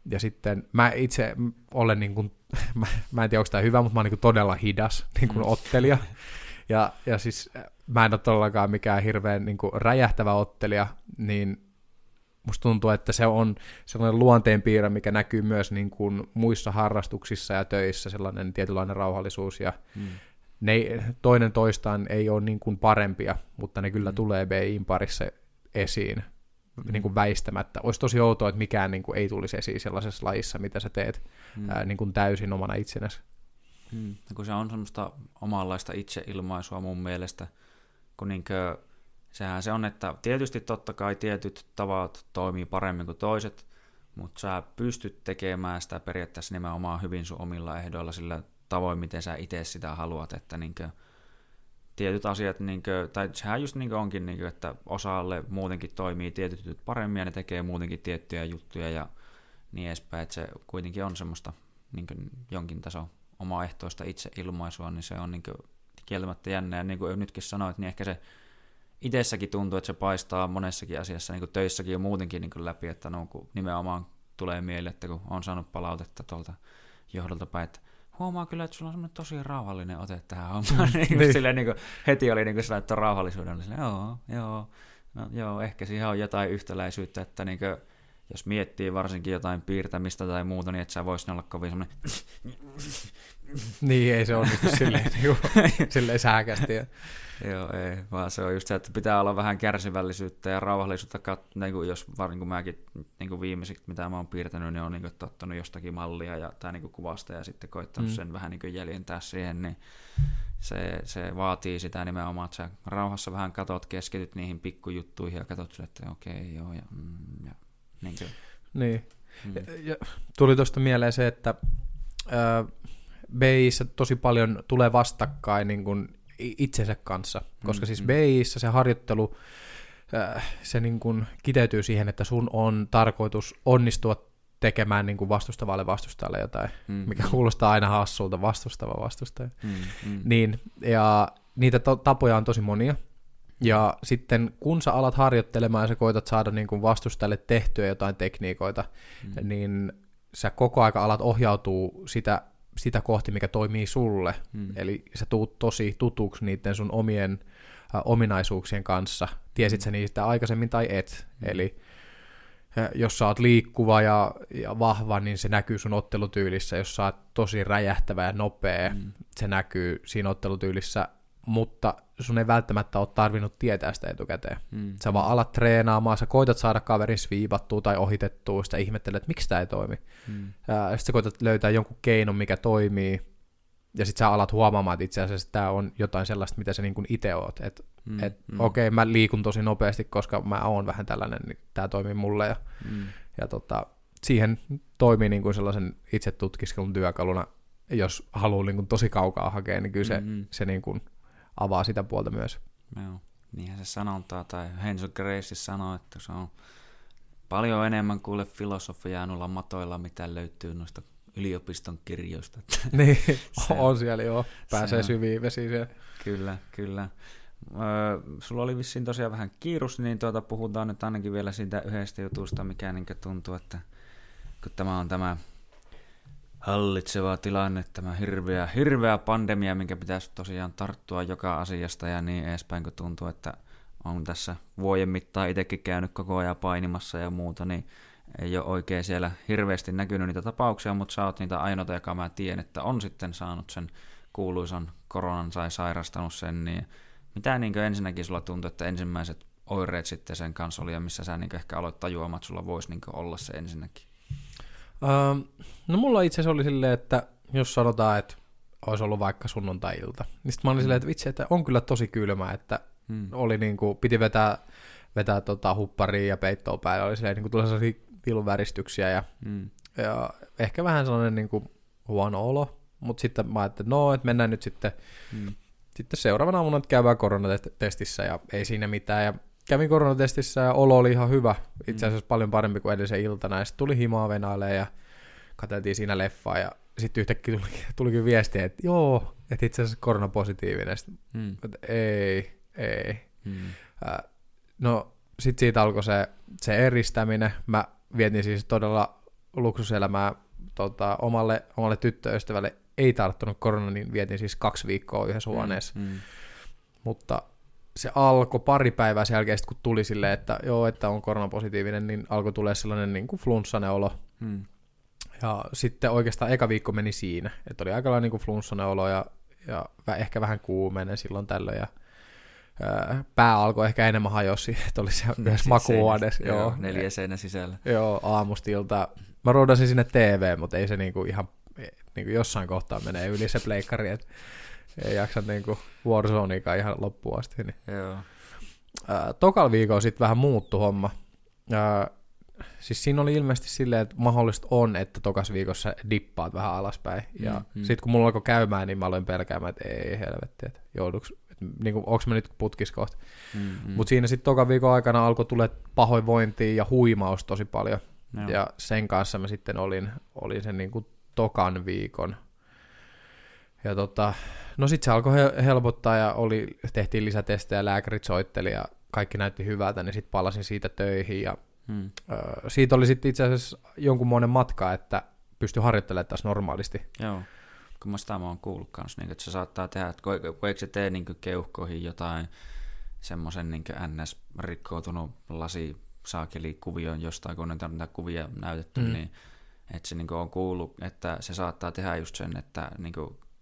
Ja sitten mä itse olen, niin kuin, mä, mä en tiedä, onko tämä hyvä, mutta mä oon niin kuin todella hidas niin kuin mm. ottelija. Ja, ja siis mä en ole todellakaan mikään hirveän niin kuin räjähtävä ottelija, niin musta tuntuu, että se on sellainen luonteenpiirre, mikä näkyy myös niin kuin muissa harrastuksissa ja töissä, sellainen tietynlainen rauhallisuus, ja mm. ne, toinen toistaan ei ole niin kuin parempia, mutta ne kyllä mm. tulee B I:n parissa esiin mm. niin kuin väistämättä. Olisi tosi outoa, että mikään niin kuin ei tulisi esiin sellaisessa lajissa, mitä sä teet mm. ää, niin kuin täysin omana itsenäsi. Mm. Kun se on semmoista omanlaista itseilmaisua mun mielestä, kun niinkö sehän se on, että tietysti totta kai tietyt tavat toimii paremmin kuin toiset, mutta sä pystyt tekemään sitä periaatteessa nimenomaan hyvin sun omilla ehdoilla sillä tavoin, miten sä itse sitä haluat, että niinkö tietyt asiat, niinkö, tai sehän just niinkö onkin, niinkö, että osalle muutenkin toimii tietyt jutut paremmin ja ne tekee muutenkin tiettyjä juttuja ja niin edespäin, että se kuitenkin on semmoista niinkö jonkin tason omaehtoista itseilmaisua, niin se on niinkö kieltämättä jännä, ja niin kuin nytkin sanoit, niin ehkä se itsessäkin tuntuu, että se paistaa monessakin asiassa, niin kuin töissäkin ja muutenkin niin kuin läpi, että no, kun nimenomaan tulee mieleen, että kun on saanut palautetta tuolta johdolta päin, että huomaa kyllä, että sulla on semmoinen tosi rauhallinen ote tähän hommaan. niin niin. Silleen, niin kuin, heti oli niin kuin sellainen, että rauhallisuuden oli silleen, joo, joo, no, joo, ehkä siihen on jotain yhtäläisyyttä, että niin kuin, jos miettii varsinkin jotain piirtämistä tai muuta, niin et sä vois olla kovin semmoinen niin, ei se onnistu silleen, silleen sääkästi. Joo, ei, vaan se on just se, että pitää olla vähän kärsivällisyyttä ja rauhallisuutta, kat- niin kuin jos varsinkin kun mäkin niin kuin viimeiset, mitä mä oon piirtänyt, niin on niin kuin tottunut jostakin mallia ja, tai niin kuin kuvasta ja sitten koittanut mm. sen vähän niin kuin jäljentää siihen, niin se, se vaatii sitä nimenomaan, että sä rauhassa vähän katot, keskityt niihin pikkujuttuihin ja katot sille, että okei, okay, joo, ja, mm, ja niin kuin. Niin, mm. ja, ja tuli tuosta mieleen se, että ää, B I:ssä tosi paljon tulee vastakkain niin kuin itsensä kanssa, koska mm, siis mm. B I:ssä se harjoittelu, äh, se niin kuin kiteytyy siihen, että sun on tarkoitus onnistua tekemään niin kuin vastustavalle vastustajalle jotain, mm, mikä kuulostaa aina hassulta, vastustava vastustaja. Mm, mm. Niin, ja niitä to- tapoja on tosi monia, ja sitten kun sä alat harjoittelemaan ja sä koetat saada niin kuin vastustajalle tehtyä jotain tekniikoita, mm. niin sä koko aika alat ohjautuu sitä sitä kohti, mikä toimii sulle. Hmm. Eli sä tuut tosi tutuksi niiden sun omien äh, ominaisuuksien kanssa. Tiesit sä niistä aikaisemmin tai et. Hmm. Eli äh, jos sä oot liikkuva ja, ja vahva, niin se näkyy sun ottelutyylissä. Jos sä oot tosi räjähtävä ja nopea, hmm. se näkyy siinä ottelutyylissä. Mutta sun ei välttämättä ole tarvinnut tietää sitä etukäteen. Hmm. Sä vaan alat treenaamaan, sä koitat saada kaverin sviivattua tai ohitettua, sitä ihmettelet, että miksi tämä ei toimi. Hmm. Ja sitten sä koitat löytää jonkun keinon, mikä toimii, ja sitten sä alat huomaamaan, että itse asiassa tämä on jotain sellaista, mitä sä niin kuin itse oot. Että hmm. et, hmm. okei, okay, mä liikun tosi nopeasti, koska mä oon vähän tällainen, niin tämä toimii mulle. Ja, hmm. ja tota, siihen toimii niin kuin sellaisen itse tutkiskelun työkaluna, jos haluaa niin kuin tosi kaukaa hakea, niin kyllä se, hmm. se niin kuin avaa sitä puolta myös. Joo, niinhän se sanontaa, tai Henzo Gracie sanoo, että se on paljon enemmän kuule filosofiaa noilla matoilla, mitä löytyy noista yliopiston kirjoista. Niin, on siellä joo, pääsee syviin vesiin siellä. Kyllä, kyllä. Öö, sulla oli vissiin tosiaan vähän kiirus, niin tuota, puhutaan nyt ainakin vielä siitä yhdestä jutusta, mikä niin tuntuu, että kun tämä on tämä hallitseva tilanne, tämä hirveä, hirveä pandemia, minkä pitäisi tosiaan tarttua joka asiasta ja niin edespäin, kun tuntuu, että on tässä vuoden mittaan itsekin käynyt koko ajan painimassa ja muuta, niin ei ole oikein siellä hirveästi näkynyt niitä tapauksia, mutta sä oot niitä ainoita, joka mä tiedän, että on sitten saanut sen kuuluisan koronan tai sairastanut sen, niin mitä niin ensinnäkin sulla tuntuu, että ensimmäiset oireet sitten sen kanssa oli ja missä sä niin ehkä aloit tajuamaan, että sulla voisi niin olla se ensinnäkin? Uh, no mulla itse asiassa oli silleen, että jos sanotaan, että olisi ollut vaikka sunnuntai-ilta, niin sitten mä olin silleen, että vitsi, että on kyllä tosi kylmä, että hmm. oli niin kuin, piti vetää, vetää tota hupparia ja peittoa päälle, oli silleen, niin kuin tuli sellaisia vilunväristyksiä ja, hmm. ja ehkä vähän sellainen niin kuin huono olo, mutta sitten mä ajattelin, että no, että mennään nyt sitten, hmm. sitten seuraavana aamuna, että käydään koronatestissä ja ei siinä mitään ja kävin koronatestissä ja olo oli ihan hyvä, itse asiassa mm. paljon parempi kuin edellisen iltana, ja sitten tuli himaa venailemaan ja katseltiin siinä leffaa, ja sitten yhtäkkiä tuli, tulikin viestiä, että joo, että itse asiassa koronapositiivinen, sitten, mm. että ei, ei. Mm. Äh, no sitten siitä alkoi se, se eristäminen, mä vietin siis todella luksuselämää tota, omalle, omalle tyttöystävälle ei tarttunut korona, niin vietin siis kaksi viikkoa yhdessä huoneessa. Mm, mm. Mutta se alkoi pari päivää sen jälkeen, kun tuli silleen, että joo, että on koronapositiivinen, niin alkoi tulee sellainen niin kuin flunssainen olo. Mm. Ja sitten oikeastaan eka viikko meni siinä, että oli aika lailla niin kuin flunssainen olo ja, ja ehkä vähän kuumeinen silloin tällöin. Ja ää, pää alkoi ehkä enemmän hajosi, että oli se myös makuuhuoneessa. Joo, joo, neljä seinä sisällä. Joo, aamustilta. Mä roudasin sinne T V, mutta ei se niinku ihan niinku jossain kohtaa menee yli se pleikkari, että ei jaksa niinku Warzoneakaan ihan loppuun asti. Niin. Joo. Ää, tokalla viikolla sitten vähän muuttu homma. Ää, siis siinä oli ilmeisesti silleen, että mahdollista on, että tokas viikossa dippaat vähän alaspäin. Ja mm, mm. sitten kun mulla alkoi käymään, niin mä aloin pelkäämään, että ei helvetti, että jouduks, että niinku, onko mä nyt putkis kohta. Mm, mm. Mutta siinä sitten tokan viikon aikana alkoi tulla pahoinvointia ja huimaus tosi paljon. Joo. Ja sen kanssa mä sitten olin, olin sen niinku tokan viikon. Ja tota, no sitten se alkoi helpottaa ja oli, tehtiin lisätestejä, lääkärit soitteli ja kaikki näytti hyvältä, niin sitten palasin siitä töihin ja hmm. ö, siitä oli sitten itse asiassa jonkunmoinen matka, että pystyi harjoittelemaan taas normaalisti. Joo, kun mä sitä mä oon kuullut kanssa, niin että se saattaa tehdä, että kun eikö se tee niin keuhkoihin jotain semmoisen niin N S-rikkoutunut lasi saakelikuvion jostain, kun on niitä kuvia näytetty, mm. niin että se niin on kuullut, että se saattaa tehdä just sen, että niin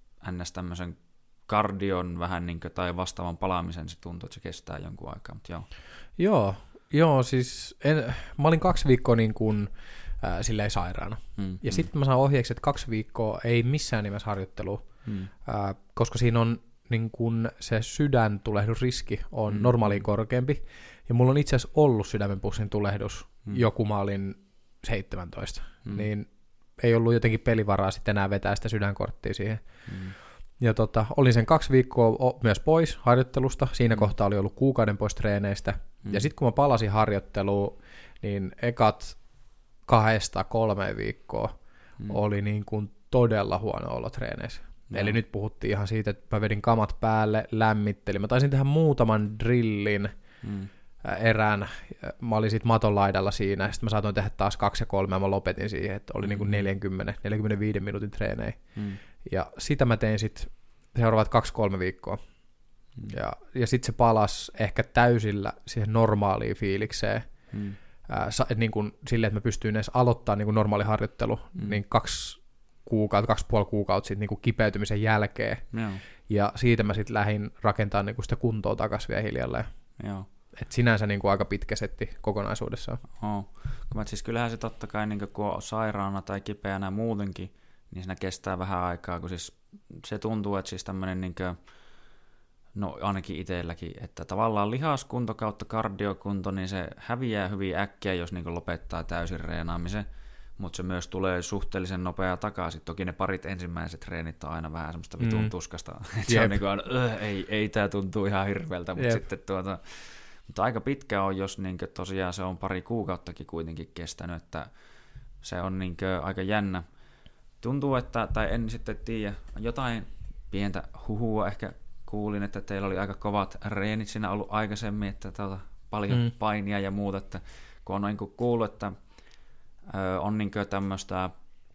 N S tämmöisen kardion vähän niin kuin, tai vastaavan palaamisen se tuntuu, että se kestää jonkun aikaa, mutta joo. Joo, joo siis en, mä olin kaksi viikkoa niin kuin, äh, silleen sairaana. Mm, ja mm. sitten mä saan ohjeeksi, että kaksi viikkoa ei missään nimessä harjoittelua, mm. äh, koska siinä on niin kuin se sydäntulehdusriski on mm. normaaliin korkeampi. Ja mulla on itse asiassa ollut sydämenpussin tulehdus, mm. joku mä olin seitsemäntoista, mm. niin ei ollut jotenkin pelivaraa sitten enää vetää sitä sydänkorttia siihen. Mm. Ja tota, olin sen kaksi viikkoa myös pois harjoittelusta, siinä mm. kohtaa oli ollut kuukauden pois treeneistä, mm. ja sitten kun mä palasin harjoitteluun, niin ekat kahdesta kolme viikkoa mm. oli niin kuin todella huono olo treeneissä. No. Eli nyt puhuttiin ihan siitä, että mä vedin kamat päälle, lämmittelin, mä taisin tehdä muutaman drillin, mm. erään, mä olin sitten maton laidalla siinä, ja sitten mä saatoin tehdä taas kaksi ja kolme, ja mä lopetin siihen, että oli mm. niinku neljäkymmentä neljäkymmentäviisi minuutin treenejä. Mm. Ja sitä mä tein sitten seuraavat kaksi kolme viikkoa. Mm. Ja, ja sitten se palasi ehkä täysillä siihen normaaliin fiilikseen, mm. äh, niin kuin silleen, että mä pystyin edes aloittamaan niin kuin normaali harjoittelu, mm. niin kaksi kuukautta, kaksi puoli kuukautta sitten niin kuin kipeytymisen jälkeen. Joo. Ja siitä mä sitten lähdin rakentamaan niin kuin sitä kuntoa takaisin vielä hiljalleen. Joo. Et sinänsä niin kuin aika pitkä setti kokonaisuudessaan. Oh. Siis kyllähän se totta kai, niin kun on sairaana tai kipeänä muutenkin, niin siinä kestää vähän aikaa, kun siis se tuntuu, että siis tämmöinen, niin kuin, no ainakin itselläkin, että tavallaan lihaskunto kautta kardiokunto, niin se häviää hyvin äkkiä, jos niin kuin lopettaa täysin reenaamisen, mutta se myös tulee suhteellisen nopeaa takaisin. Toki ne parit ensimmäiset treenit on aina vähän semmoista vitun mm. tuskasta. Se on niin kuin, ei, ei tämä tuntuu ihan hirveältä, mutta Jep. sitten tuota... Mutta aika pitkä on, jos niin kuin, tosiaan se on pari kuukauttakin kuitenkin kestänyt, että se on niin kuin, aika jännä. Tuntuu, että, tai en sitten tiedä, jotain pientä huhua ehkä kuulin, että teillä oli aika kovat reenit siinä ollut aikaisemmin, että tuota, paljon mm. painia ja muuta, että kun on niin kuin, kuullut, että ö, on niin kuin, tämmöistä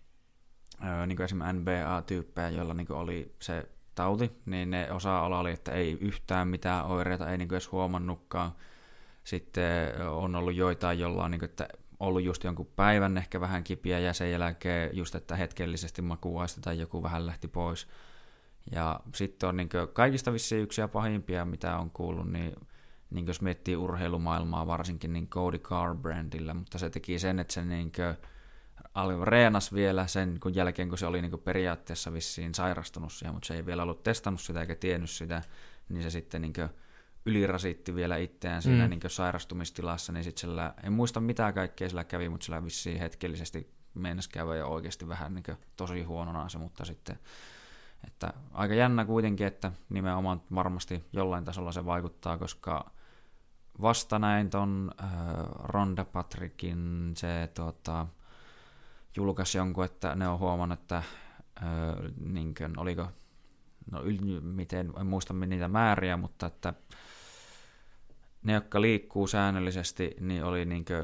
ö, niin kuin esimerkiksi N B A-tyyppejä, joilla niin kuin, oli se tauti, niin ne osa-ala oli, että ei yhtään mitään oireita, ei niinku edes huomannutkaan. Sitten on ollut joitain, jolla on niinku, että ollut just jonkun päivän ehkä vähän kipiä ja sen jälkeen just, että hetkellisesti makuaista tai joku vähän lähti pois. Ja sitten on niinku kaikista vissiin yksi ja pahimpia, mitä on kuullut, niin, niin jos miettii urheilumaailmaa varsinkin, niin Cody Garbranddillä, mutta se teki sen, että se niinku reenasi vielä sen kun jälkeen, kun se oli niinku periaatteessa vissiin sairastunut siihen, mutta se ei vielä ollut testannut sitä eikä tiennyt sitä, niin se sitten niinku ylirasitti vielä itseään siinä mm. niinku sairastumistilassa, niin sitten sillä, en muista mitä kaikkea sillä kävi, mutta sillä vissiin hetkellisesti meinasi käydä jo oikeasti vähän niinku tosi huonona se, mutta sitten, että aika jännä kuitenkin, että nimenomaan varmasti jollain tasolla se vaikuttaa, koska vasta näin ton äh, Ronda Patrickin se tota julkaisi jonkun, että ne on huomannut, että öö, niin kuin, oliko, no yl, miten, en muista niitä määriä, mutta että ne, jotka liikkuu säännöllisesti, niin oli niin kuin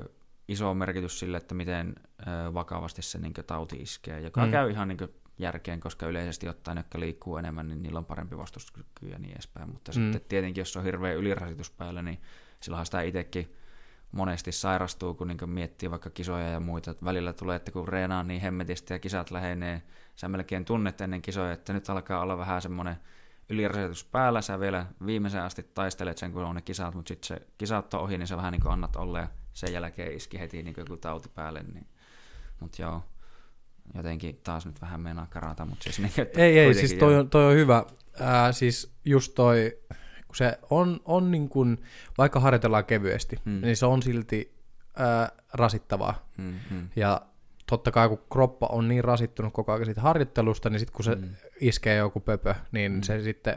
iso merkitys sille, että miten ö, vakavasti se niin kuin tauti iskee, joka Mm. käy ihan niin kuin järkeen, koska yleisesti ottaen, jotka liikkuu enemmän, niin niillä on parempi vastustuskyky ja niin edespäin. Mutta mm. sitten tietenkin, jos on hirveä ylirasitus päällä, niin silloinhan sitä itsekin monesti sairastuu, kun niin miettii vaikka kisoja ja muita. Välillä tulee, että kun reenaa niin hemmetisti ja kisat lähenee, sä melkein tunnet ennen kisoja, että nyt alkaa olla vähän semmoinen ylirasitus päällä, sä vielä viimeisen asti taistelet sen, kun on ne kisat, mutta sitten se kisat on ohi, niin sä vähän niin kuin annat olla ja sen jälkeen iski heti niin kuin joku tauti päälle. Niin. Mutta joo, jotenkin taas nyt vähän meinaa karata, mutta siis niin, että ei, ei, siis toi joo. on, toi on hyvä. Ää, siis just toi, kun se on, on niin kuin, vaikka harjoitellaan kevyesti, mm. niin se on silti ää, rasittavaa. Mm, mm. Ja totta kai, kun kroppa on niin rasittunut koko ajan siitä harjoittelusta, niin sitten kun se mm. iskee joku pöpö, niin mm. se sitten,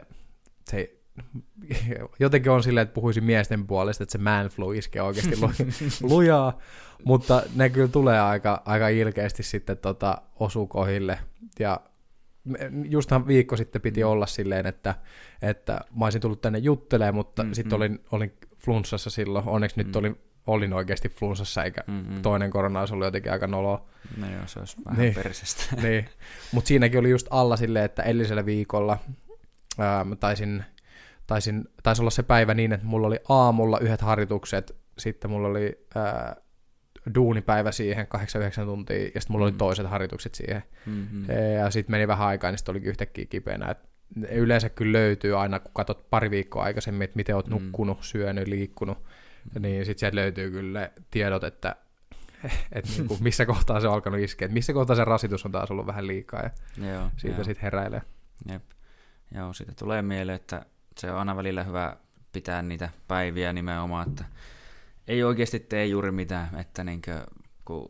se jotenkin on silleen, että puhuisin miesten puolesta, että se man flu iskee oikeasti lujaa, mutta ne kyllä tulee aika, aika ilkeästi sitten tota, osuu kohille. Ja justhan viikko sitten piti mm. olla silleen, että, että mä olisin tullut tänne juttelemaan, mutta mm, sitten mm. olin, olin flunssassa silloin. Onneksi mm. nyt olin, olin oikeasti flunssassa, eikä mm-hmm. toinen korona olisi ollut jotenkin aika noloa. No joo, se olisi vähän niin, persestä. Niin, mutta siinäkin oli just alla silleen, että edellisellä viikolla ää, mä taisin, taisin, taisi olla se päivä niin, että mulla oli aamulla yhdet harjoitukset, sitten mulla oli ää, duunipäivä siihen, kahdeksan yhdeksän tuntia, ja sitten mulla mm. oli toiset harjoitukset siihen. Mm-hmm. Ja sitten meni vähän aikaa, niin sitten olikin yhtäkkiä kipeänä. Et yleensä kyllä löytyy aina, kun katsot pari viikkoa aikaisemmin, että miten oot mm. nukkunut, syönyt, liikkunut, mm. niin sitten sieltä löytyy kyllä tiedot, että et niinku, missä kohtaa se on alkanut iskeä, että missä kohtaa se rasitus on taas ollut vähän liikaa, ja joo, siitä sitten heräilee. Jep. Joo, siitä tulee mieleen, että se on aina välillä hyvä pitää niitä päiviä nimenomaan, että ei oikeasti tee juuri mitään, että niinkö, kun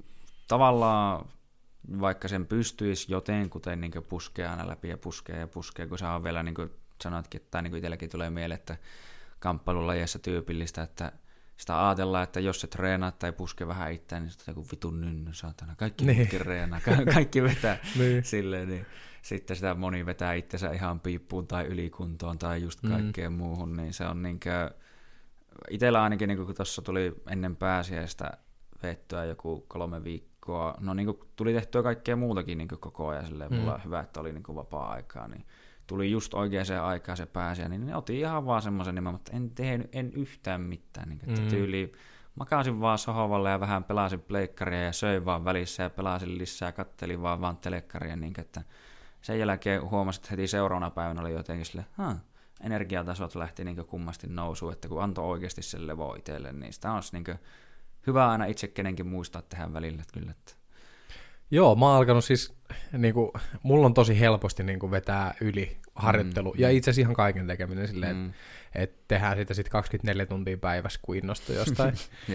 tavallaan vaikka sen pystyisi jotenkuten niinkö puskee aina läpi ja puskee ja puskee, kun se on vielä, niin kuin sanoitkin, tai niin kuin itselläkin tulee mieleen, että kamppailulajeissa tyypillistä, että sitä ajatellaan, että jos se treenaat tai puske vähän itseään, niin sitten joku vitun nynny, saatana, kaikki niin. Muutkin reenaa, ka- kaikki vetää niin. Silleen, niin sitten sitä moni vetää itsensä ihan piippuun tai ylikuntoon tai just kaikkeen mm. muuhun, niin se on niinkö, itsellä ainakin, niin kun tuossa tuli ennen pääsiäistä vettyä joku kolme viikkoa, no niin kuin tuli tehtyä kaikkea muutakin niin koko ajan, silleen, mulla on hyvä, että oli niin vapaa-aikaa, niin tuli just oikeaan aikaan se pääsiä, niin ne otin ihan vaan semmoisen nimen, mutta en tehnyt, en yhtään mitään, niin että mm. tyyliin makasin vaan sohvalle ja vähän pelasin pleikkaria ja söin vaan välissä ja pelasin lisää ja kattelin vaan, vaan telekkaria, niin että sen jälkeen huomasin, että heti seuraavana päivänä oli jotenkin silleen, haa, energiatasot lähti niin kummasti nousuun, että kun antoi oikeasti sen levo itselle, niin sitä on niin hyvä aina itse kenenkin muistaa tehdä välillä. Että kyllä, että joo, mä oon alkanut siis, niin kuin, mulla on tosi helposti niin kuin vetää yli harjoittelu, mm, ja itse asiassa ihan kaiken tekeminen silleen, mm. että et tehdään sitä sitten kaksikymmentäneljä tuntia päivässä, kun innostuu jostain.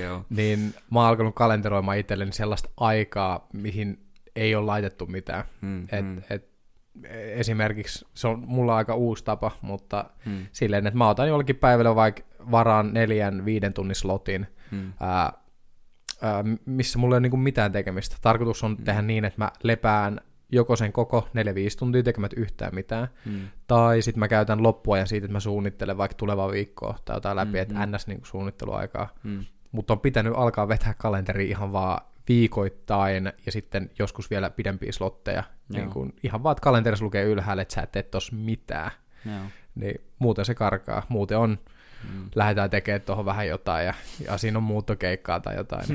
Niin mä oon alkanut kalenteroimaan itselleni sellaista aikaa, mihin ei ole laitettu mitään. Mm, et, mm. Et, esimerkiksi se on mulla aika uusi tapa, mutta hmm. silleen, että mä otan jollekin päivällä vaikka varaan neljän, viiden tunnin slotin, hmm. ää, ää, missä mulla ei ole niinku mitään tekemistä. Tarkoitus on hmm. tehdä niin, että mä lepään joko sen koko neljä viisi tuntia tekemättä yhtään mitään, hmm. tai sitten mä käytän loppuajan siitä, että mä suunnittelen vaikka tulevaa viikkoa tai jotain läpi, hmm. että ns. Niinku suunnitteluaikaa. Hmm. Mutta on pitänyt alkaa vetää kalenteri ihan vaan viikoittain ja sitten joskus vielä pidempiä slotteja. Niin kun ihan vaan, että kalenterissa lukee ylhäällä, että sä et tee tossa mitään. Joo. Niin muuten se karkaa. Muuten on, mm. lähdetään tekemään tuohon vähän jotain ja, ja siinä on muuttokeikkaa tai jotain.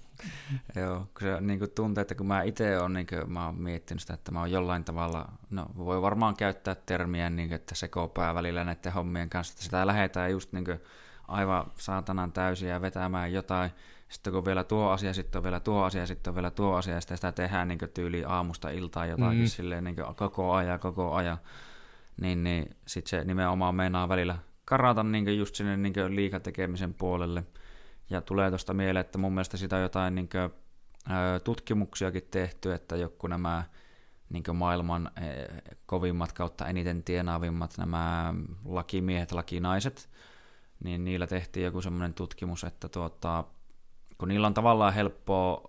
Joo, kun se niin kuin tuntuu, että kun mä itse olen, niin kuin, mä oon miettinyt sitä, että mä oon jollain tavalla, no voi varmaan käyttää termiä, niin kuin, että sekopää välillä näiden hommien kanssa, että sitä lähdetään just niin kuin aivan saatanan täysiä ja vetämään jotain. Sitten kun vielä tuo asia, sitten on vielä tuo asia, sitten on vielä tuo asia, ja sitä tehdään niin tyyliin aamusta iltaan jotakin mm. silleen niin koko ajan, koko ajan, niin, niin sitten se nimenomaan meinaa välillä karata niin just sinne niin liikatekemisen puolelle. Ja tulee tuosta mieleen, että mun mielestä sitä on jotain niin kuin, ö, tutkimuksiakin tehty, että joku nämä niin maailman e, kovimmat kautta eniten tienaavimmat nämä lakimiehet, lakinaiset, niin niillä tehtiin joku semmoinen tutkimus, että tuota, kun niillä on tavallaan helppoa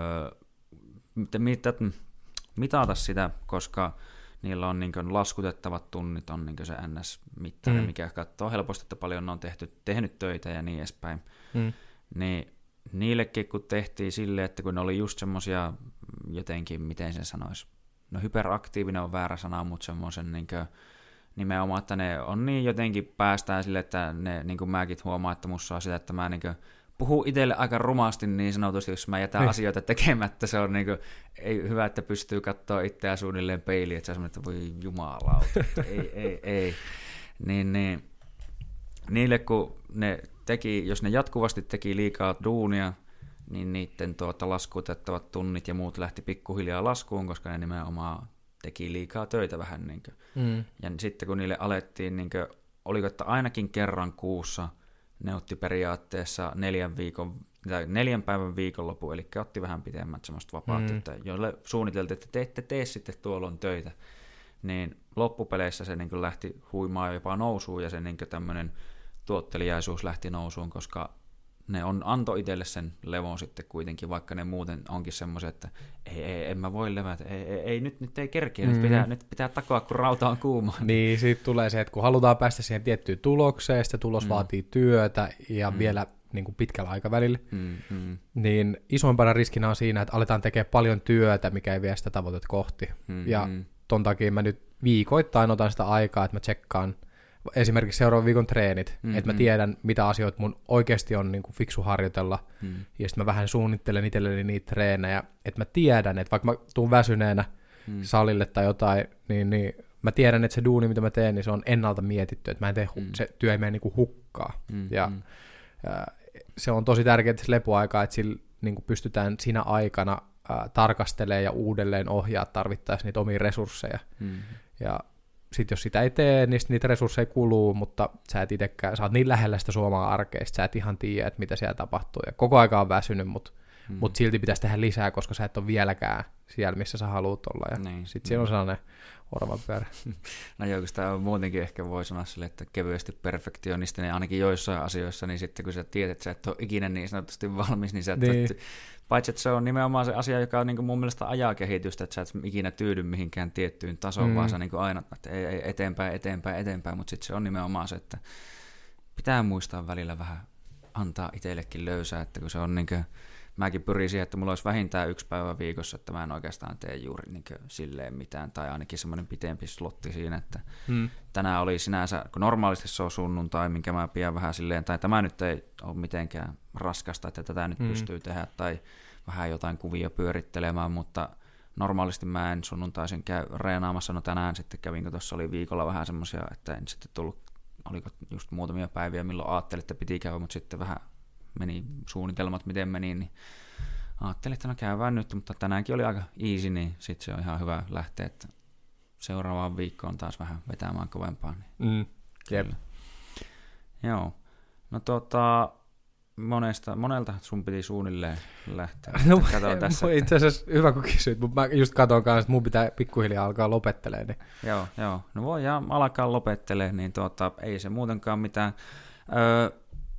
öö, mitata sitä, koska niillä on niin kuin laskutettavat tunnit, on niin kuin se N S-mittari, mm. mikä katsoo helposti, että paljon ne on tehty, tehnyt töitä ja niin edespäin. Mm. Niin niillekin kun tehtiin silleen, että kun ne oli just semmosia jotenkin, miten sen sanoisi, no hyperaktiivinen on väärä sana, mutta semmoisen niin nimenomaan, että ne on niin jotenkin päästään sille, että ne, niin kuin mäkin huomaan, että musta on sitä, että mä niin puhun itselle aika rumasti niin sanotusti, jos mä jätän asioita tekemättä, se on niin kuin, ei hyvä, että pystyy katsoa itseään suunnilleen peiliin, että se on semmoinen, että voi jumalauta, ei, ei, ei. Niin, niin, niille kun ne teki, jos ne jatkuvasti teki liikaa duunia, niin niiden tuota laskutettavat tunnit ja muut lähti pikkuhiljaa laskuun, koska ne nimenomaan teki liikaa töitä vähän. Niin mm. Ja sitten kun niille alettiin, niin kuin, oliko että ainakin kerran kuussa, ne otti periaatteessa neljän, viikon, tai neljän päivän viikonloppu, eli otti vähän pitemmät semmoista vapautta, mm. joille suunniteltiin, että te ette tee sitten tuolloin töitä. Niin loppupeleissä se niin kuin lähti huimaan jopa nousuun, ja se niin kuin tämmöinen tuotteliaisuus lähti nousuun, koska ne on anto itselle sen levon sitten kuitenkin, vaikka ne muuten onkin semmoiset, että ei, ei, en mä voi levätä, ei, ei, ei nyt, nyt ei kerkeä, mm. nyt, pitää, nyt pitää takoa, kun rauta on kuuma. Niin, siitä tulee se, että kun halutaan päästä siihen tiettyyn tulokseen, sitä tulos mm. vaatii työtä ja mm. vielä niin kuin pitkällä aikavälillä, mm, mm. niin isoimpana riskinä on siinä, että aletaan tekemään paljon työtä, mikä ei vie sitä tavoitetta kohti. Mm, ja mm. ton takia mä nyt viikoittain otan sitä aikaa, että mä tsekkaan esimerkiksi seuraavan viikon treenit, mm-hmm. että mä tiedän, mitä asioita mun oikeasti on niin kuin fiksu harjoitella, mm. ja sitten mä vähän suunnittelen itselleni niitä treenejä, että mä tiedän, että vaikka mä tuun väsyneenä mm. salille tai jotain, niin, niin mä tiedän, että se duuni, mitä mä teen, niin se on ennalta mietitty, että mä en tee, mm. se työ ei mene niin kuin hukkaa, mm. ja, ja se on tosi tärkeää se lepoaika, että sillä niin kuin pystytään siinä aikana ää, tarkastelemaan ja uudelleen ohjaa tarvittaessa niitä omia resursseja, mm. ja sitten jos sitä ei tee, niin niitä resursseja kuluu, mutta sä et itsekään, sä oot niin lähellä sitä suomaa arkeista, sä et ihan tiedä, että mitä siellä tapahtuu. Ja koko aika on väsynyt, mutta mm. mut silti pitäisi tehdä lisää, koska sä et ole vieläkään siellä, missä sä haluat olla. Ja niin, sitten siellä on sellainen oravan pyörä. No joo, kun sitä on muutenkin ehkä voi sanoa sille, että kevyesti perfektionistinen ainakin joissain asioissa, niin sitten kun sä tiedät, että sä et ole ikinä niin sanotusti valmis, niin sä et niin. Ole, paitsi että se on nimenomaan se asia, joka on niin kuin mun mielestä ajaa kehitystä, että sä et ikinä tyydy mihinkään tiettyyn tasoon, mm. vaan sä niin kuin aina, että ei, ei, eteenpäin, eteenpäin, eteenpäin, mutta sitten se on nimenomaan se, että pitää muistaa välillä vähän antaa itsellekin löysää, että kun se on niin kuin, mäkin pyrin siihen, että mulla olisi vähintään yksi päivä viikossa, että mä en oikeastaan tee juuri niin kuin silleen mitään, tai ainakin semmoinen pitempi slotti siinä, että hmm. tänään oli sinänsä, kun normaalisti se on sunnuntai, minkä mä pidän vähän silleen, tai tämä nyt ei ole mitenkään raskasta, että tätä nyt hmm. pystyy tehdä, tai vähän jotain kuvia pyörittelemään, mutta normaalisti mä en sunnuntaisin käy reenaamassa, no tänään sitten kävin, kun tuossa oli viikolla vähän semmoisia, että en sitten tullut, oliko just muutamia päiviä, milloin ajattelin, että piti käydä, mutta sitten vähän meni suunnitelmat, miten meni, niin ajattelin, että no käydään nyt, mutta tänäänkin oli aika easy, niin sitten se on ihan hyvä lähteä, että seuraavaan viikkoon taas vähän vetämään kovempaa. Niin mm, kyllä. Joo. No tota, monesta, monelta sun piti suunnilleen lähteä. No tässä, itse asiassa hyvä kun kysyit, mutta mä just katson kanssa, että mun pitää pikkuhiljaa alkaa lopettelemaan. Niin. Joo, joo. No voidaan alkaa lopettelemaan, niin tuota, ei se muutenkaan mitään. Öö,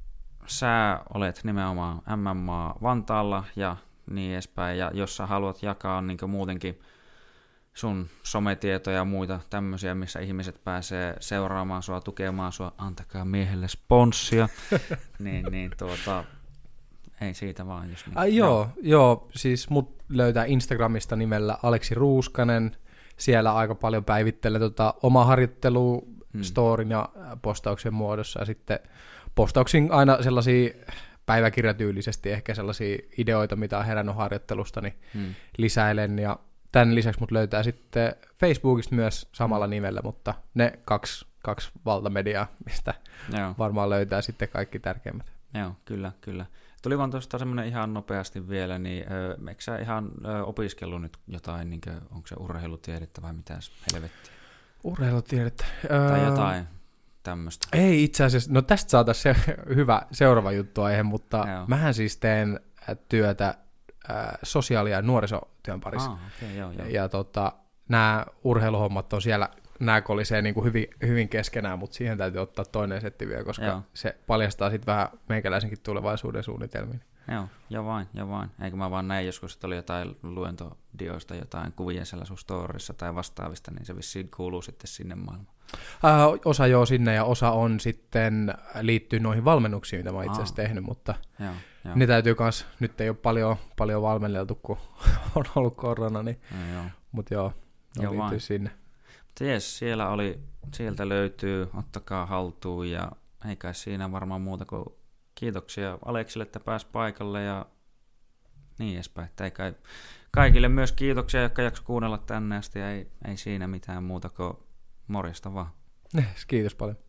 Sä olet nimenomaan M M A Vantaalla ja niin edespäin, ja jos sä haluat jakaa niin muutenkin sun sometietoja ja muita tämmöisiä, missä ihmiset pääsee seuraamaan sua, tukemaan sua, antakaa miehelle sponssia, niin, niin tuota, ei siitä vaan. Jos niin. Ai joo, joo, siis mut löytää Instagramista nimellä Aleksi Ruuskanen, siellä aika paljon päivittelen tota, oma harjoittelu hmm. storin ja postauksen muodossa, ja sitten postauksin aina sellaisia päiväkirjatyylisesti ehkä sellaisia ideoita, mitä on herännyt harjoittelusta, niin hmm. lisäilen. Ja tämän lisäksi mut löytää sitten Facebookista myös samalla nimellä, mutta ne kaksi, kaksi valtamediaa, mistä Joo. varmaan löytää sitten kaikki tärkeimmät. Joo, kyllä, kyllä. Tuli vaan tuosta semmoinen ihan nopeasti vielä, niin eikö sä ihan ö, opiskellut nyt jotain, niin kuin, onko se urheilutiedettä vai mitä helvettiä? Urheilutiedettä? Tai jotain. Tämmöstä. Ei itse asiassa, no tästä saataisiin se hyvä seuraava juttu aihe, mutta Joo. mähän siis teen työtä äh, sosiaali- ja nuorisotyön parissa. Ah, okay, joo, joo. Ja tota, nämä urheiluhommat on siellä, nämä kolisee niin kuin hyvin, hyvin keskenään, mutta siihen täytyy ottaa toinen setti vielä, koska Joo. se paljastaa sitten vähän meikäläisenkin tulevaisuuden suunnitelmiin. Joo, ja vain, ja vain. Eikö mä vaan näin joskus, että oli jotain luentodioista, jotain kuvia siellä sun storissa tai vastaavista, niin se vissiin kuuluu sitten sinne maailmaan. Äh, osa joo sinne ja osa on sitten liittyy noihin valmennuksiin, mitä mä oon itse asiassa tehnyt, mutta joo, joo. Ne täytyy kans, nyt ei ole paljon, paljon valmenneltu, kun on ollut korona, niin, no, joo. Mutta joo, ne liittyy sinne. Mutta jes, siellä oli, sieltä löytyy, ottakaa haltuun ja ei kai siinä varmaan muuta kuin kiitoksia Aleksille, että pääsi paikalle ja niin edespäin. Ei kai, kaikille myös kiitoksia, jotka jakso kuunnella tänne asti. Ei, ei siinä mitään muuta kuin morjesta vaan. Kiitos paljon.